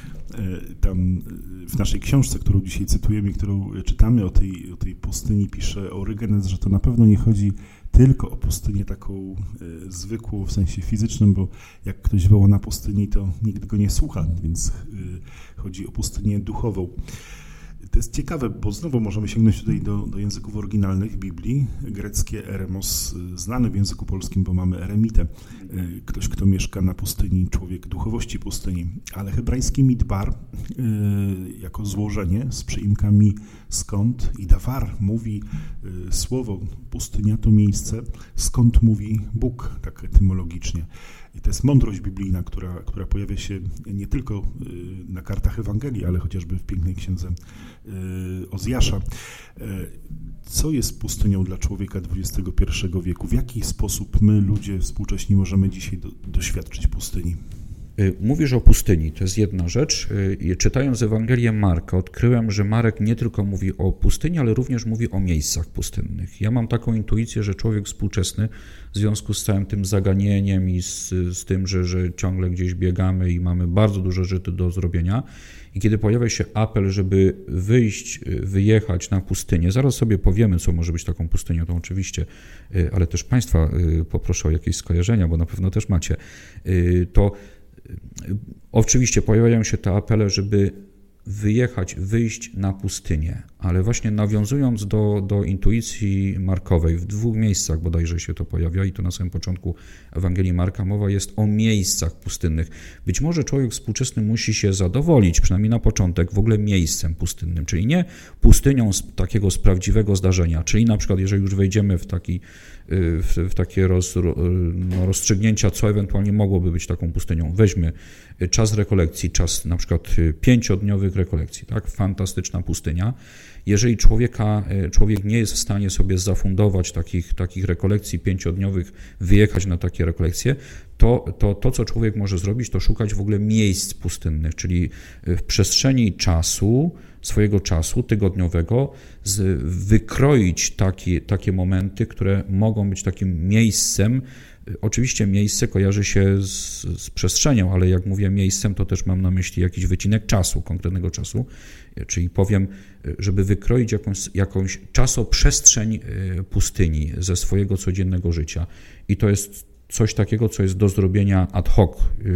Tam w naszej książce, którą dzisiaj cytujemy, którą czytamy o tej, o tej pustyni, pisze Orygenes, że to na pewno nie chodzi tylko o pustynię taką e, zwykłą w sensie fizycznym, bo jak ktoś woła na pustyni, to nikt go nie słucha, więc e, chodzi o pustynię duchową. To jest ciekawe, bo znowu możemy sięgnąć tutaj do, do języków oryginalnych Biblii. Greckie eremos, znane w języku polskim, bo mamy eremitę. Ktoś, kto mieszka na pustyni, człowiek duchowości pustyni. Ale hebrajski midbar jako złożenie z przyimkami skąd i dafar mówi słowo pustynia to miejsce, skąd mówi Bóg, tak etymologicznie. I to jest mądrość biblijna, która, która pojawia się nie tylko na kartach Ewangelii, ale chociażby w pięknej księdze Ozjasza. Co jest pustynią dla człowieka dwudziestego pierwszego wieku? W jaki sposób my, ludzie współcześni, możemy dzisiaj do, doświadczyć pustyni? Mówisz o pustyni, to jest jedna rzecz. Czytając Ewangelię Marka, odkryłem, że Marek nie tylko mówi o pustyni, ale również mówi o miejscach pustynnych. Ja mam taką intuicję, że człowiek współczesny w związku z całym tym zaganieniem i z, z tym, że, że ciągle gdzieś biegamy i mamy bardzo dużo rzeczy do zrobienia, i kiedy pojawia się apel, żeby wyjść, wyjechać na pustynię, zaraz sobie powiemy, co może być taką pustynią, to oczywiście, ale też Państwa poproszę o jakieś skojarzenia, bo na pewno też macie, to oczywiście pojawiają się te apele, żeby wyjechać, wyjść na pustynię, ale właśnie nawiązując do, do intuicji Markowej, w dwóch miejscach bodajże się to pojawia i to na samym początku Ewangelii Marka mowa jest o miejscach pustynnych. Być może człowiek współczesny musi się zadowolić, przynajmniej na początek, w ogóle miejscem pustynnym, czyli nie pustynią z takiego z prawdziwego zdarzenia, czyli na przykład jeżeli już wejdziemy w, taki, w, w takie roz, no, rozstrzygnięcia, co ewentualnie mogłoby być taką pustynią. Weźmy czas rekolekcji, czas na przykład pięciodniowych rekolekcji, tak? Fantastyczna pustynia. Jeżeli człowieka, człowiek nie jest w stanie sobie zafundować takich, takich rekolekcji pięciodniowych, wyjechać na takie rekolekcje, to, to to, co człowiek może zrobić, to szukać w ogóle miejsc pustynnych, czyli w przestrzeni czasu, swojego czasu tygodniowego, z, wykroić takie, takie momenty, które mogą być takim miejscem. Oczywiście miejsce kojarzy się z, z przestrzenią, ale jak mówię miejscem, to też mam na myśli jakiś wycinek czasu, konkretnego czasu, czyli powiem, żeby wykroić jakąś, jakąś czasoprzestrzeń pustyni ze swojego codziennego życia. I to jest coś takiego, co jest do zrobienia ad hoc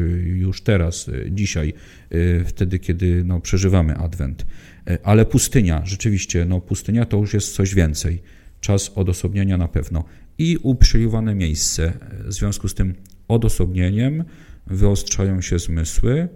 już teraz, dzisiaj, wtedy, kiedy no, przeżywamy Adwent. Ale pustynia, rzeczywiście, no, pustynia to już jest coś więcej. Czas odosobnienia na pewno. I uprzyjmowane miejsce. W związku z tym odosobnieniem wyostrzają się zmysły,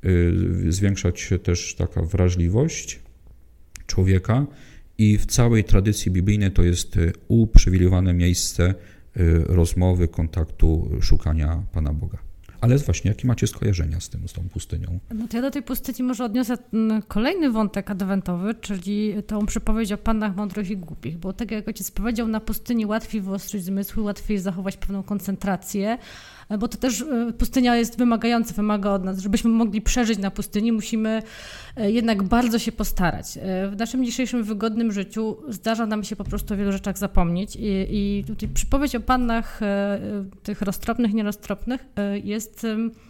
zwiększa się też taka wrażliwość człowieka i w całej tradycji biblijnej to jest uprzywilejowane miejsce rozmowy, kontaktu, szukania Pana Boga. Ale właśnie, jakie macie skojarzenia z tym, z tą pustynią? No to ja do tej pustyni może odniosę kolejny wątek adwentowy, czyli tą przypowieść o pannach mądrych i głupich, bo tak jak ojciec powiedział, na pustyni łatwiej wyostrzyć zmysły, łatwiej zachować pewną koncentrację, bo to też pustynia jest wymagająca, wymaga od nas, żebyśmy mogli przeżyć na pustyni, musimy jednak bardzo się postarać. W naszym dzisiejszym wygodnym życiu zdarza nam się po prostu o wielu rzeczach zapomnieć i, i tutaj przypowieść o pannach tych roztropnych, nieroztropnych jest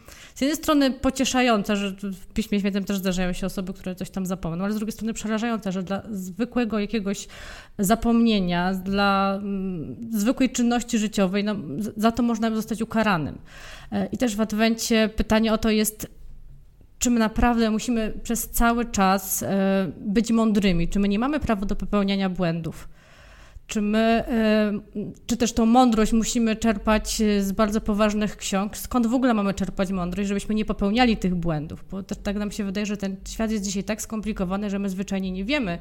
z jednej strony pocieszająca, że w Piśmie Świętym też zdarzają się osoby, które coś tam zapomną, ale z drugiej strony przerażająca, że dla zwykłego jakiegoś zapomnienia, dla zwykłej czynności życiowej, no, za to można zostać ukaranym. I też w Adwencie pytanie o to jest, czy my naprawdę musimy przez cały czas być mądrymi, czy my nie mamy prawa do popełniania błędów. Czy my, czy też tą mądrość musimy czerpać z bardzo poważnych ksiąg? Skąd w ogóle mamy czerpać mądrość, żebyśmy nie popełniali tych błędów? Bo też tak nam się wydaje, że ten świat jest dzisiaj tak skomplikowany, że my zwyczajnie nie wiemy,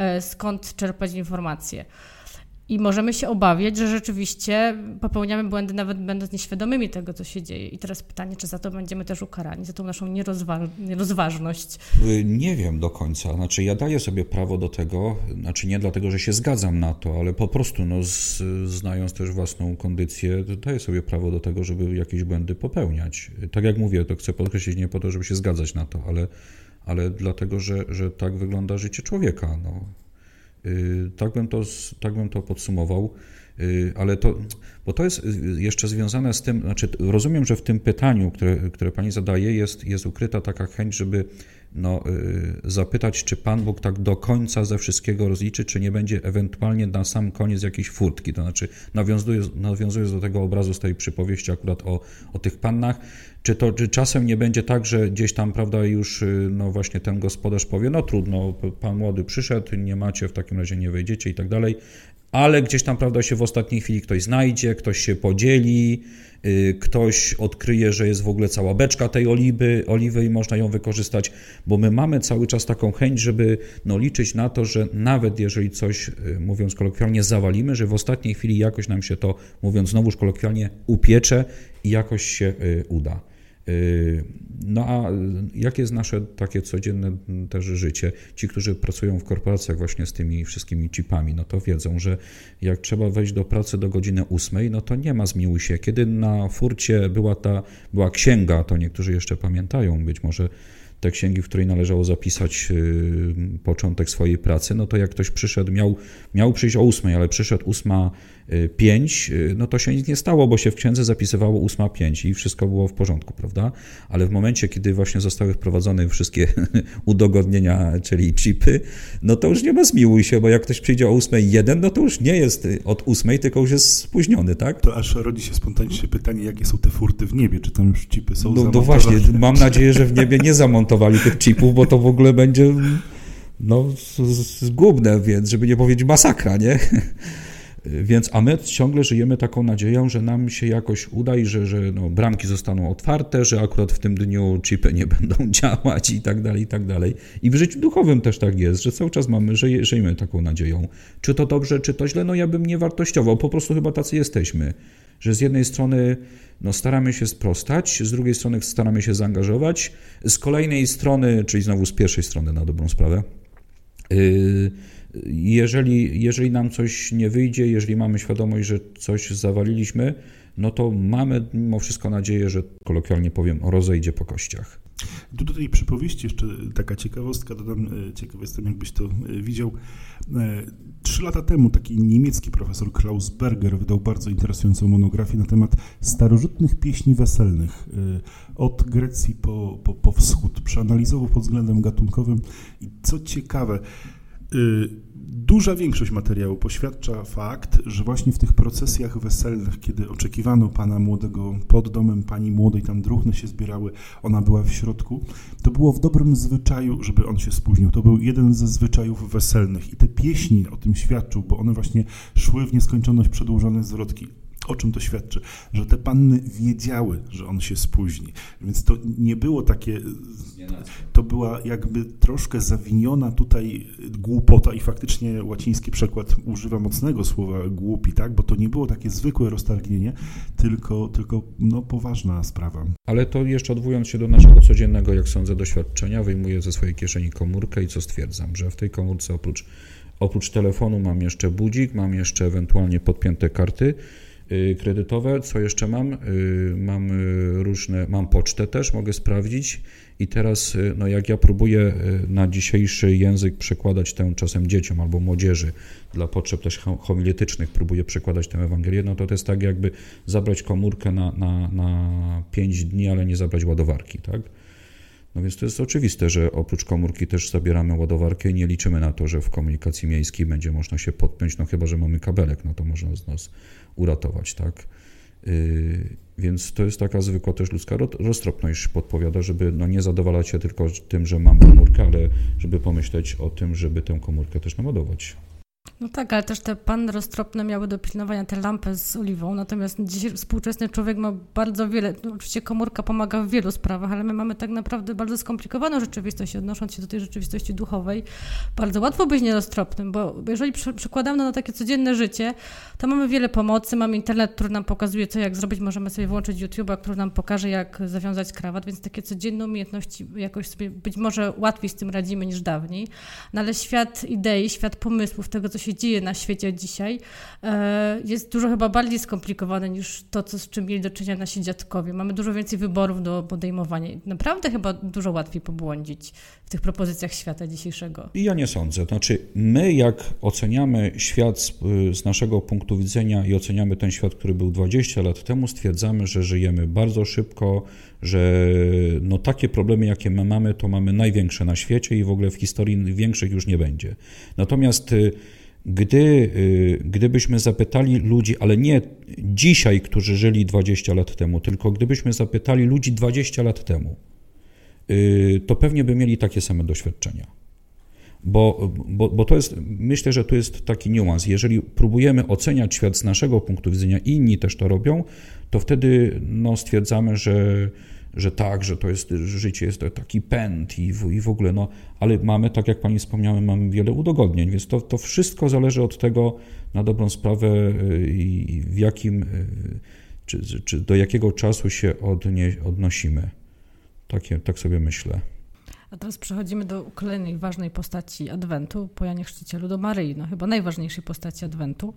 skąd czerpać informacje. I możemy się obawiać, że rzeczywiście popełniamy błędy, nawet będąc nieświadomymi tego, co się dzieje. I teraz pytanie, czy za to będziemy też ukarani, za tą naszą nierozwa- nierozważność? Nie wiem do końca. Znaczy ja daję sobie prawo do tego, znaczy nie dlatego, że się zgadzam na to, ale po prostu no, z, znając też własną kondycję, daję sobie prawo do tego, żeby jakieś błędy popełniać. Tak jak mówię, to chcę podkreślić nie po to, żeby się zgadzać na to, ale, ale dlatego, że, że tak wygląda życie człowieka. No. Tak bym to, tak bym to podsumował, ale to, bo to jest jeszcze związane z tym, znaczy rozumiem, że w tym pytaniu, które, które Pani zadaje, jest, jest ukryta taka chęć, żeby no, zapytać, czy Pan Bóg tak do końca ze wszystkiego rozliczy, czy nie będzie ewentualnie na sam koniec jakiejś furtki, to znaczy nawiązując, nawiązując do tego obrazu z tej przypowieści akurat o, o tych pannach, Czy to czy czasem nie będzie tak, że gdzieś tam, prawda, już no właśnie ten gospodarz powie, no trudno, pan młody przyszedł, nie macie, w takim razie nie wejdziecie i tak dalej, ale gdzieś tam, prawda, się w ostatniej chwili ktoś znajdzie, ktoś się podzieli, yy, ktoś odkryje, że jest w ogóle cała beczka tej oliwy, oliwy i można ją wykorzystać, bo my mamy cały czas taką chęć, żeby no, liczyć na to, że nawet jeżeli coś, yy, mówiąc kolokwialnie, zawalimy, że w ostatniej chwili jakoś nam się to, mówiąc znowuż kolokwialnie, upiecze i jakoś się yy, uda. No a jakie jest nasze takie codzienne też życie? Ci, którzy pracują w korporacjach właśnie z tymi wszystkimi chipami, no to wiedzą, że jak trzeba wejść do pracy do godziny ósmej, no to nie ma zmiłuj się. Kiedy na furcie była ta, była księga, to niektórzy jeszcze pamiętają być może te księgi, w której należało zapisać y, początek swojej pracy, no to jak ktoś przyszedł, miał, miał przyjść o ósmej, ale przyszedł ósma pięć, no to się nic nie stało, bo się w księdze zapisywało ósma pięć i wszystko było w porządku, prawda? Ale w momencie, kiedy właśnie zostały wprowadzone wszystkie udogodnienia, czyli chipy, no to już nie ma zmiłuj się, bo jak ktoś przyjdzie o ósmej jeden, no to już nie jest od ósmej, tylko już jest spóźniony, tak? To aż rodzi się spontanicznie pytanie, jakie są te furty w niebie, czy tam już chipy są no, zamontowane? No właśnie, mam nadzieję, że w niebie nie zamontowali tych chipów, bo to w ogóle będzie no zgubne, więc żeby nie powiedzieć masakra, nie? Więc, a my ciągle żyjemy taką nadzieją, że nam się jakoś uda i że, że no, bramki zostaną otwarte, że akurat w tym dniu chipy nie będą działać i tak dalej, i tak dalej. I w życiu duchowym też tak jest, że cały czas mamy, żyje, żyjemy taką nadzieją. Czy to dobrze, czy to źle, no ja bym nie wartościował, po prostu chyba tacy jesteśmy, że z jednej strony no, staramy się sprostać, z drugiej strony staramy się zaangażować, z kolejnej strony, czyli znowu z pierwszej strony na dobrą sprawę, yy, Jeżeli, jeżeli nam coś nie wyjdzie, jeżeli mamy świadomość, że coś zawaliliśmy, no to mamy mimo wszystko nadzieję, że kolokwialnie powiem, rozejdzie po kościach. Tu do tej przypowieści jeszcze taka ciekawostka, dodam, ciekaw jestem, jakbyś to widział. Trzy lata temu taki niemiecki profesor Klaus Berger wydał bardzo interesującą monografię na temat starożytnych pieśni weselnych od Grecji po, po, po wschód. Przeanalizował pod względem gatunkowym i co ciekawe, duża większość materiału poświadcza fakt, że właśnie w tych procesjach weselnych, kiedy oczekiwano pana młodego pod domem pani młodej, tam druhny się zbierały, ona była w środku, to było w dobrym zwyczaju, żeby on się spóźnił. To był jeden ze zwyczajów weselnych i te pieśni o tym świadczą, bo one właśnie szły w nieskończoność przedłużone zwrotki. O czym to świadczy? Że te panny wiedziały, że on się spóźni. Więc to nie było takie, to była jakby troszkę zawiniona tutaj głupota i faktycznie łaciński przekład używa mocnego słowa głupi, tak? Bo to nie było takie zwykłe roztargnienie, tylko, tylko no, poważna sprawa. Ale to jeszcze odwołując się do naszego codziennego, jak sądzę, doświadczenia, wyjmuję ze swojej kieszeni komórkę i co stwierdzam, że w tej komórce oprócz, oprócz telefonu mam jeszcze budzik, mam jeszcze ewentualnie podpięte karty kredytowe. Co jeszcze mam? Mam różne, mam pocztę też, mogę sprawdzić i teraz, no jak ja próbuję na dzisiejszy język przekładać tę czasem dzieciom albo młodzieży, dla potrzeb też homiletycznych próbuję przekładać tę Ewangelię, no to to jest tak jakby zabrać komórkę na, na, na pięć dni, ale nie zabrać ładowarki, tak? No więc to jest oczywiste, że oprócz komórki też zabieramy ładowarkę i nie liczymy na to, że w komunikacji miejskiej będzie można się podpiąć, no chyba że mamy kabelek, no to można nas uratować, tak? Yy, więc to jest taka zwykła też ludzka roztropność podpowiada, żeby no nie zadowalać się tylko tym, że mam komórkę, ale żeby pomyśleć o tym, żeby tę komórkę też naładować. No tak, ale też te panny roztropne miały do pilnowania tę lampę z oliwą, natomiast dzisiaj współczesny człowiek ma bardzo wiele, no oczywiście komórka pomaga w wielu sprawach, ale my mamy tak naprawdę bardzo skomplikowaną rzeczywistość, odnosząc się do tej rzeczywistości duchowej. Bardzo łatwo być nieroztropnym, bo jeżeli przekładamy na takie codzienne życie, to mamy wiele pomocy, mamy internet, który nam pokazuje, co jak zrobić, możemy sobie włączyć YouTube'a, który nam pokaże, jak zawiązać krawat, więc takie codzienne umiejętności jakoś sobie być może łatwiej z tym radzimy niż dawniej, no ale świat idei, świat pomysłów, tego, co się dzieje na świecie dzisiaj, jest dużo chyba bardziej skomplikowane niż to, co, z czym mieli do czynienia nasi dziadkowie. Mamy dużo więcej wyborów do podejmowania. Naprawdę chyba dużo łatwiej pobłądzić w tych propozycjach świata dzisiejszego. Ja nie sądzę. Znaczy, my jak oceniamy świat z, z naszego punktu widzenia i oceniamy ten świat, który był dwadzieścia lat temu, stwierdzamy, że żyjemy bardzo szybko, że no takie problemy, jakie my mamy, to mamy największe na świecie i w ogóle w historii większych już nie będzie. Natomiast Gdy, gdybyśmy zapytali ludzi, ale nie dzisiaj, którzy żyli dwadzieścia lat temu, tylko gdybyśmy zapytali ludzi dwadzieścia lat temu, to pewnie by mieli takie same doświadczenia. Bo, bo, bo to jest, myślę, że to jest taki niuans. Jeżeli próbujemy oceniać świat z naszego punktu widzenia i inni też to robią, to wtedy no, stwierdzamy, że, że tak, że to jest, że życie jest taki pęd i w, i w ogóle, no, ale mamy, tak jak pani wspomniała, mamy wiele udogodnień, więc to, to wszystko zależy od tego, na dobrą sprawę, i w jakim, czy, czy do jakiego czasu się odnie, odnosimy. Takie, tak sobie myślę. A teraz przechodzimy do kolejnej ważnej postaci Adwentu, po Janie Chrzcicielu, do Maryi, no chyba najważniejszej postaci Adwentu.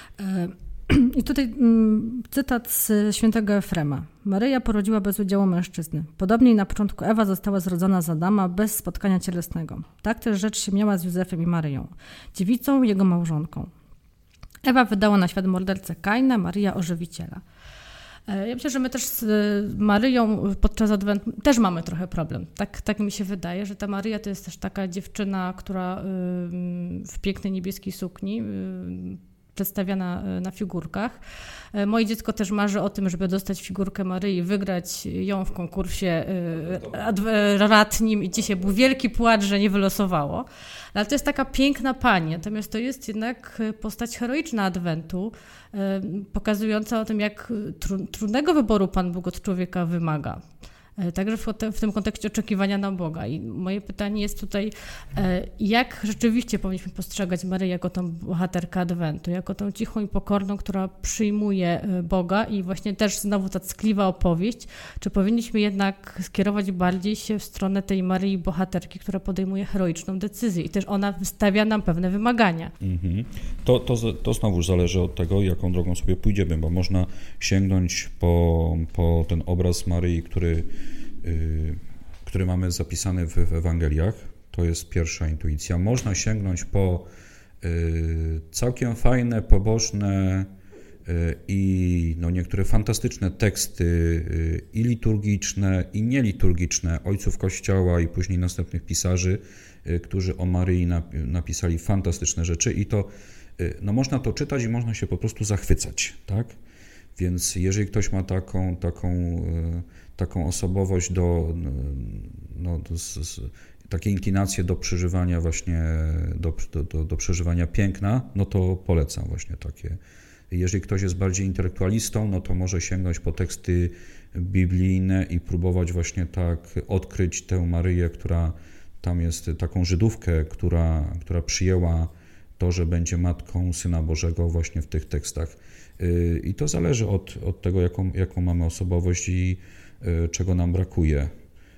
I tutaj cytat z świętego Efrema. Maryja porodziła bez udziału mężczyzny. Podobnie na początku Ewa została zrodzona z Adama bez spotkania cielesnego. Tak też rzecz się miała z Józefem i Maryją, dziewicą jego małżonką. Ewa wydała na świat mordercę Kaina, Maryja ożywiciela. Ja myślę, że my też z Maryją podczas Adwentu też mamy trochę problem. Tak, tak mi się wydaje, że ta Maryja to jest też taka dziewczyna, która w pięknej niebieskiej sukni, przedstawiana na figurkach. Moje dziecko też marzy o tym, żeby dostać figurkę Maryi, wygrać ją w konkursie radnim i dzisiaj był wielki płacz, że nie wylosowało. Ale to jest taka piękna pani, natomiast to jest jednak postać heroiczna Adwentu, pokazująca o tym, jak trudnego wyboru Pan Bóg od człowieka wymaga. Także w, te, w tym kontekście oczekiwania na Boga. I moje pytanie jest tutaj, jak rzeczywiście powinniśmy postrzegać Maryję jako tą bohaterkę Adwentu, jako tą cichą i pokorną, która przyjmuje Boga i właśnie też znowu ta ckliwa opowieść, czy powinniśmy jednak skierować bardziej się w stronę tej Maryi bohaterki, która podejmuje heroiczną decyzję i też ona wystawia nam pewne wymagania. Mm-hmm. To, to, to znowu zależy od tego, jaką drogą sobie pójdziemy, bo można sięgnąć po, po ten obraz Maryi, który który mamy zapisany w, w Ewangeliach. To jest pierwsza intuicja. Można sięgnąć po y, całkiem fajne, pobożne y, i no, niektóre fantastyczne teksty y, i liturgiczne, i nieliturgiczne ojców Kościoła i później następnych pisarzy, y, którzy o Maryi nap, napisali fantastyczne rzeczy i to y, no, można to czytać i można się po prostu zachwycać, tak? Więc jeżeli ktoś ma taką, taką, taką osobowość, do, no, do, z, takie inklinacje do przeżywania właśnie, do, do, do przeżywania piękna, no to polecam właśnie takie. Jeżeli ktoś jest bardziej intelektualistą, no to może sięgnąć po teksty biblijne i próbować właśnie tak odkryć tę Maryję, która tam jest taką Żydówkę, która, która przyjęła to, że będzie matką Syna Bożego właśnie w tych tekstach. I to zależy od, od tego, jaką, jaką mamy osobowość i y, czego nam brakuje.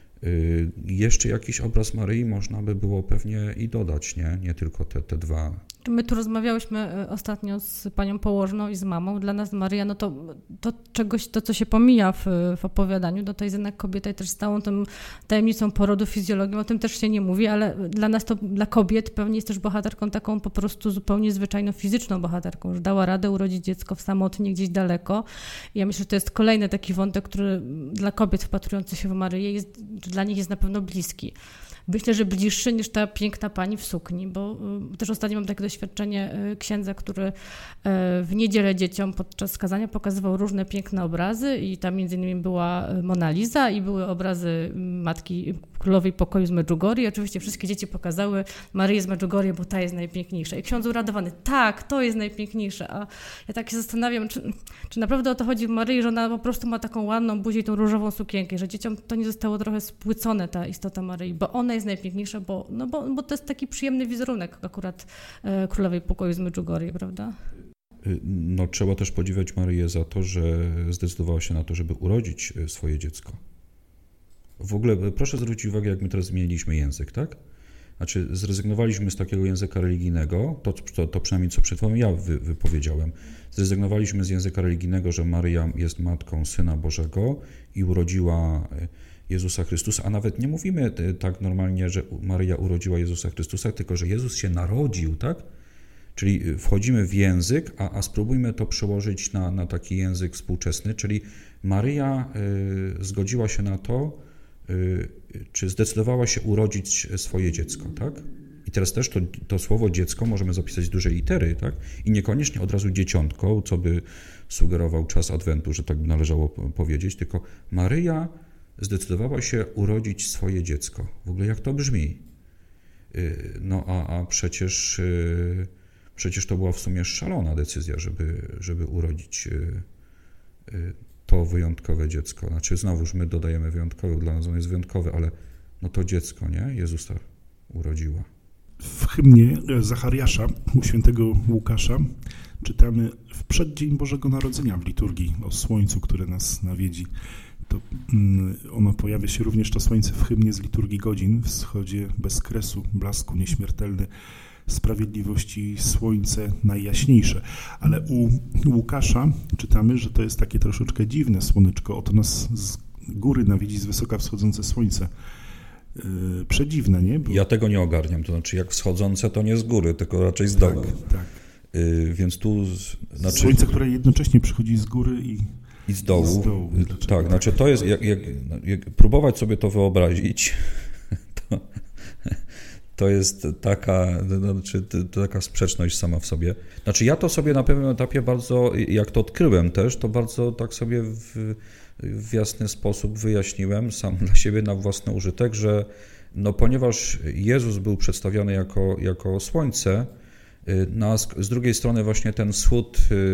Y, jeszcze jakiś obraz Maryi można by było pewnie i dodać, nie, nie tylko te, te dwa. My tu rozmawiałyśmy ostatnio z panią położną i z mamą. Dla nas Maryja, no to, to czegoś, to co się pomija w, w opowiadaniu, no to jest jednak kobieta i też z całą tą tajemnicą porodu, fizjologią, o tym też się nie mówi, ale dla nas to, dla kobiet pewnie jest też bohaterką taką po prostu zupełnie zwyczajną, fizyczną bohaterką, że dała radę urodzić dziecko w samotnie gdzieś daleko. I ja myślę, że to jest kolejny taki wątek, który dla kobiet wpatrujących się w Maryję jest, dla nich jest na pewno bliski. Myślę, że bliższy niż ta piękna pani w sukni, bo też ostatnio mam takie doświadczenie księdza, który w niedzielę dzieciom podczas kazania pokazywał różne piękne obrazy i tam między innymi była Mona Lisa i były obrazy Matki Królowej Pokoju z Medjugorje. Oczywiście wszystkie dzieci pokazały Maryję z Medjugorje, bo ta jest najpiękniejsza. I ksiądz uradowany, tak, to jest najpiękniejsze. A ja tak się zastanawiam, czy, czy naprawdę o to chodzi w Maryi, że ona po prostu ma taką ładną buzię i tą różową sukienkę, że dzieciom to nie zostało trochę spłycone, ta istota Maryi, bo ona jest najpiękniejsza, bo, no bo, bo to jest taki przyjemny wizerunek akurat e, Królowej Pokoju z Medjugorje, prawda? No trzeba też podziwiać Maryję za to, że zdecydowała się na to, żeby urodzić swoje dziecko. W ogóle proszę zwrócić uwagę, jak my teraz zmieniliśmy język, tak? Znaczy zrezygnowaliśmy z takiego języka religijnego, to, to, to przynajmniej co przed chwilą ja wy, wypowiedziałem, zrezygnowaliśmy z języka religijnego, że Maryja jest matką Syna Bożego i urodziła Jezusa Chrystusa, a nawet nie mówimy tak normalnie, że Maryja urodziła Jezusa Chrystusa, tylko że Jezus się narodził, tak? Czyli wchodzimy w język, a, a spróbujmy to przełożyć na, na taki język współczesny, czyli Maryja y, zgodziła się na to, y, czy zdecydowała się urodzić swoje dziecko, tak? I teraz też to, to słowo dziecko możemy zapisać z dużej litery, tak? I niekoniecznie od razu dzieciątko, co by sugerował czas Adwentu, że tak by należało powiedzieć, tylko Maryja zdecydowała się urodzić swoje dziecko. W ogóle jak to brzmi? No a, a przecież, przecież to była w sumie szalona decyzja, żeby, żeby urodzić to wyjątkowe dziecko. Znaczy znowuż my dodajemy wyjątkowe, dla nas on jest wyjątkowy, ale no to dziecko, nie? Jezusa urodziła. W hymnie Zachariasza u świętego Łukasza czytamy w przeddzień Bożego Narodzenia w liturgii o słońcu, które nas nawiedzi. To ono pojawia się również, to słońce, w hymnie z liturgii godzin, wschodzie bez kresu, blasku nieśmiertelny, sprawiedliwości słońce najjaśniejsze. Ale u Łukasza czytamy, że to jest takie troszeczkę dziwne słoneczko, oto nas z góry nawiedzi z wysoka wschodzące słońce. Yy, przedziwne, nie? Bo... Ja tego nie ogarniam, to znaczy jak wschodzące to nie z góry, tylko raczej z dołu. Tak, tak. Yy, więc tu... Znaczy... Słońce, które jednocześnie przychodzi z góry i... I z dołu. Z dołu. Tak, tak, znaczy to jest, jak, jak, jak próbować sobie to wyobrazić, to, to jest taka, znaczy, to taka sprzeczność sama w sobie. Znaczy ja to sobie na pewnym etapie bardzo, jak to odkryłem też, to bardzo tak sobie w, w jasny sposób wyjaśniłem sam dla siebie na własny użytek, że no ponieważ Jezus był przedstawiony jako, jako słońce, no a z, z drugiej strony właśnie ten wschód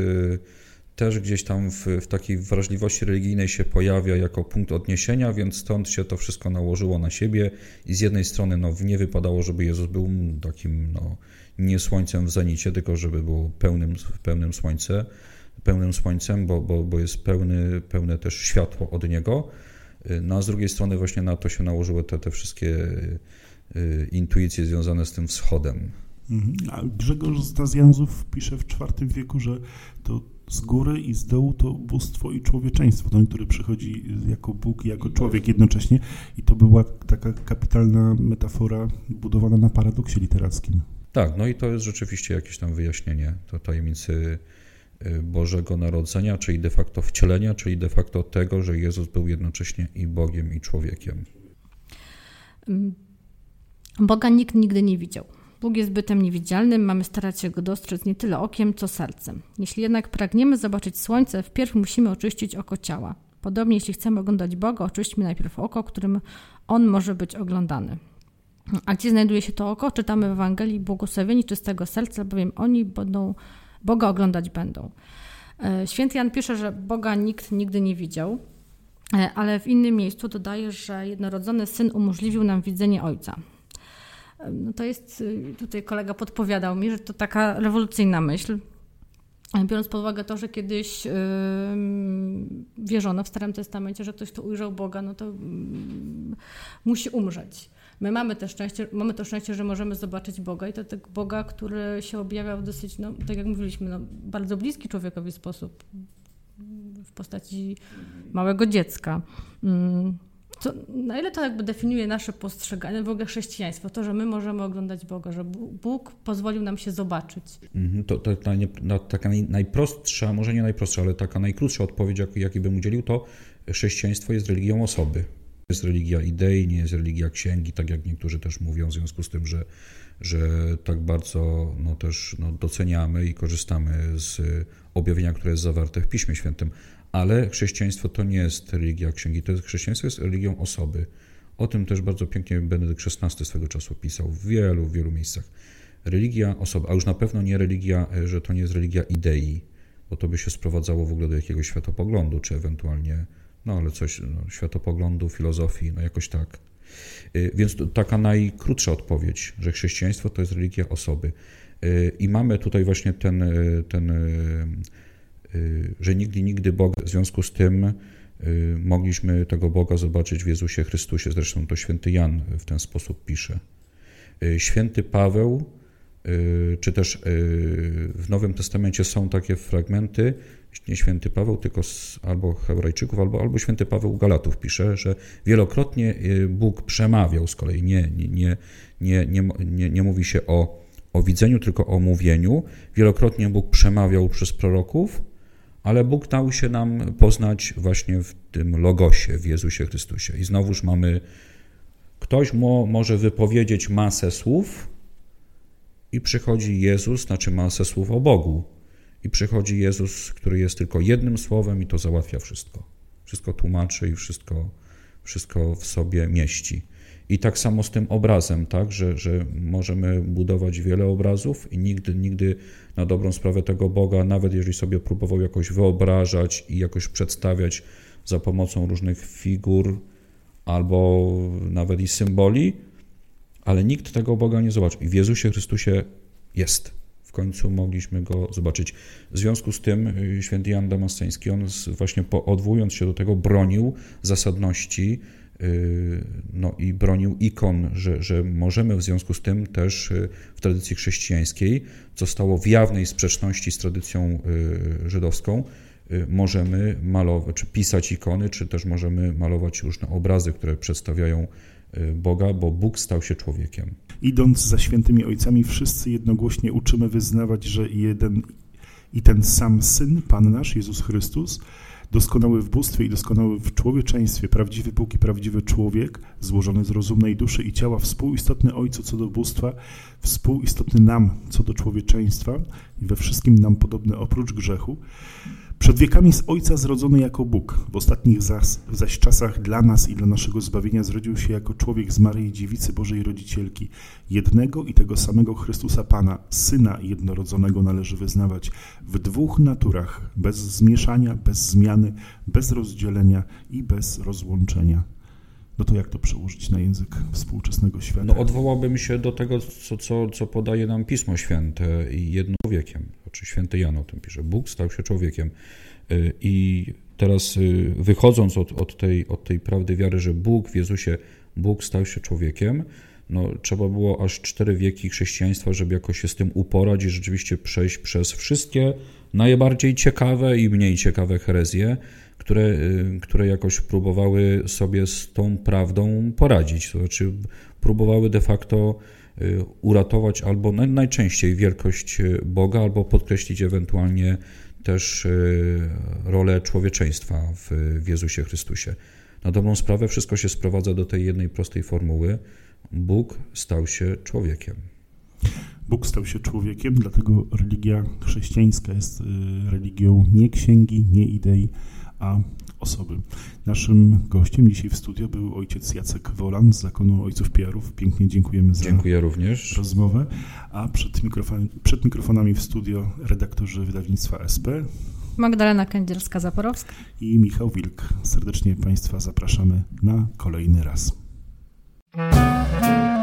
też gdzieś tam w, w takiej wrażliwości religijnej się pojawia jako punkt odniesienia, więc stąd się to wszystko nałożyło na siebie i z jednej strony no, nie wypadało, żeby Jezus był takim no, nie słońcem w zenicie, tylko żeby było pełnym, pełnym, słońce, pełnym słońcem, bo, bo, bo jest pełny, pełne też światło od Niego. No, a z drugiej strony właśnie na to się nałożyły te, te wszystkie intuicje związane z tym wschodem. A Grzegorz z Nazjanzów pisze w czwartym wieku, że to z góry i z dołu to bóstwo i człowieczeństwo, ten, który przychodzi jako Bóg i jako człowiek jednocześnie. I to była taka kapitalna metafora budowana na paradoksie literackim. Tak, no i to jest rzeczywiście jakieś tam wyjaśnienie to tajemnicy Bożego Narodzenia, czyli de facto wcielenia, czyli de facto tego, że Jezus był jednocześnie i Bogiem, i człowiekiem. Boga nikt nigdy nie widział. Bóg jest bytem niewidzialnym, mamy starać się Go dostrzec nie tyle okiem, co sercem. Jeśli jednak pragniemy zobaczyć słońce, wpierw musimy oczyścić oko ciała. Podobnie, jeśli chcemy oglądać Boga, oczyśćmy najpierw oko, którym On może być oglądany. A gdzie znajduje się to oko? Czytamy w Ewangelii: błogosławieni czystego serca, bowiem oni będą, Boga oglądać będą. Święty Jan pisze, że Boga nikt nigdy nie widział, ale w innym miejscu dodaje, że jednorodzony Syn umożliwił nam widzenie Ojca. No to jest, tutaj kolega podpowiadał mi, że to taka rewolucyjna myśl, biorąc pod uwagę to, że kiedyś yy, wierzono w Starym Testamencie, że ktoś, kto ujrzał Boga, no to yy, musi umrzeć. My mamy, te szczęście, mamy to szczęście, że możemy zobaczyć Boga i to tego Boga, który się objawia w dosyć, no, tak jak mówiliśmy, no, bardzo bliski człowiekowi sposób, w postaci małego dziecka. Yy. Co, na ile to jakby definiuje nasze postrzeganie, w ogóle chrześcijaństwo, to, że my możemy oglądać Boga, że Bóg pozwolił nam się zobaczyć. To, to, to no, taka najprostsza, może nie najprostsza, ale taka najkrótsza odpowiedź, jak, jaki bym udzielił, to chrześcijaństwo jest religią osoby. Jest religia idei, nie jest religia księgi, tak jak niektórzy też mówią, w związku z tym, że, że tak bardzo no, też no, doceniamy i korzystamy z objawienia, które jest zawarte w Piśmie Świętym. Ale chrześcijaństwo to nie jest religia księgi, to jest, chrześcijaństwo jest religią osoby. O tym też bardzo pięknie Benedykt szesnasty swego czasu pisał w wielu, wielu miejscach. Religia osoby, a już na pewno nie religia, że to nie jest religia idei, bo to by się sprowadzało w ogóle do jakiegoś światopoglądu, czy ewentualnie, no ale coś, no, światopoglądu, filozofii, no jakoś tak. Więc to taka najkrótsza odpowiedź, że chrześcijaństwo to jest religia osoby. I mamy tutaj właśnie ten, ten że nigdy, nigdy Boga. W związku z tym mogliśmy tego Boga zobaczyć w Jezusie Chrystusie. Zresztą to święty Jan w ten sposób pisze. Święty Paweł, czy też w Nowym Testamencie są takie fragmenty, nie święty Paweł, tylko z albo Hebrajczyków, albo, albo święty Paweł Galatów pisze, że wielokrotnie Bóg przemawiał z kolei. Nie, nie, nie, nie, nie, nie, nie mówi się o, o widzeniu, tylko o mówieniu. Wielokrotnie Bóg przemawiał przez proroków, ale Bóg dał się nam poznać właśnie w tym Logosie, w Jezusie Chrystusie. I znowuż mamy, ktoś mo, może wypowiedzieć masę słów, i przychodzi Jezus, znaczy masę słów o Bogu. I przychodzi Jezus, który jest tylko jednym słowem i to załatwia wszystko. Wszystko tłumaczy i wszystko, wszystko w sobie mieści. I tak samo z tym obrazem, tak, że, że możemy budować wiele obrazów i nigdy, nigdy na dobrą sprawę tego Boga, nawet jeżeli sobie próbował jakoś wyobrażać i jakoś przedstawiać za pomocą różnych figur albo nawet i symboli, ale nikt tego Boga nie zobaczył. I w Jezusie Chrystusie jest. W końcu mogliśmy Go zobaczyć. W związku z tym święty Jan Damasceński, on właśnie odwołując się do tego, bronił zasadności no i bronił ikon, że, że możemy w związku z tym też w tradycji chrześcijańskiej, co stało w jawnej sprzeczności z tradycją żydowską, możemy malować, czy pisać ikony, czy też możemy malować różne obrazy, które przedstawiają Boga, bo Bóg stał się człowiekiem. Idąc za świętymi ojcami, wszyscy jednogłośnie uczymy wyznawać, że jeden i ten sam Syn, Pan nasz, Jezus Chrystus, doskonały w bóstwie i doskonały w człowieczeństwie, prawdziwy Bóg i prawdziwy człowiek, złożony z rozumnej duszy i ciała, współistotny Ojcu co do bóstwa, współistotny nam co do człowieczeństwa i we wszystkim nam podobny oprócz grzechu, przed wiekami z Ojca zrodzony jako Bóg, w ostatnich zaś, zaś czasach dla nas i dla naszego zbawienia zrodził się jako człowiek z Maryi Dziewicy Bożej Rodzicielki. Jednego i tego samego Chrystusa Pana, Syna jednorodzonego należy wyznawać w dwóch naturach, bez zmieszania, bez zmiany, bez rozdzielenia i bez rozłączenia. No to jak to przełożyć na język współczesnego świata? No odwołałbym się do tego, co, co, co podaje nam Pismo Święte i jednym człowiekiem. Znaczy święty Jan o tym pisze. Bóg stał się człowiekiem. I teraz wychodząc od, od, tej, od tej prawdy wiary, że Bóg w Jezusie, Bóg stał się człowiekiem, no trzeba było aż cztery wieki chrześcijaństwa, żeby jakoś się z tym uporać i rzeczywiście przejść przez wszystkie najbardziej ciekawe i mniej ciekawe herezje, które, które jakoś próbowały sobie z tą prawdą poradzić. To znaczy próbowały de facto uratować albo najczęściej wielkość Boga, albo podkreślić ewentualnie też rolę człowieczeństwa w, w Jezusie Chrystusie. Na dobrą sprawę wszystko się sprowadza do tej jednej prostej formuły. Bóg stał się człowiekiem. Bóg stał się człowiekiem, dlatego religia chrześcijańska jest religią nie księgi, nie idei, a osoby. Naszym gościem dzisiaj w studio był ojciec Jacek Wolan z Zakonu Ojców Piarów. Pięknie dziękujemy za Dziękuję również. rozmowę. A przed, mikrofon, przed mikrofonami w studio redaktorzy wydawnictwa S P Magdalena Kędzierska-Zaporowska i Michał Wilk. Serdecznie Państwa zapraszamy na kolejny raz.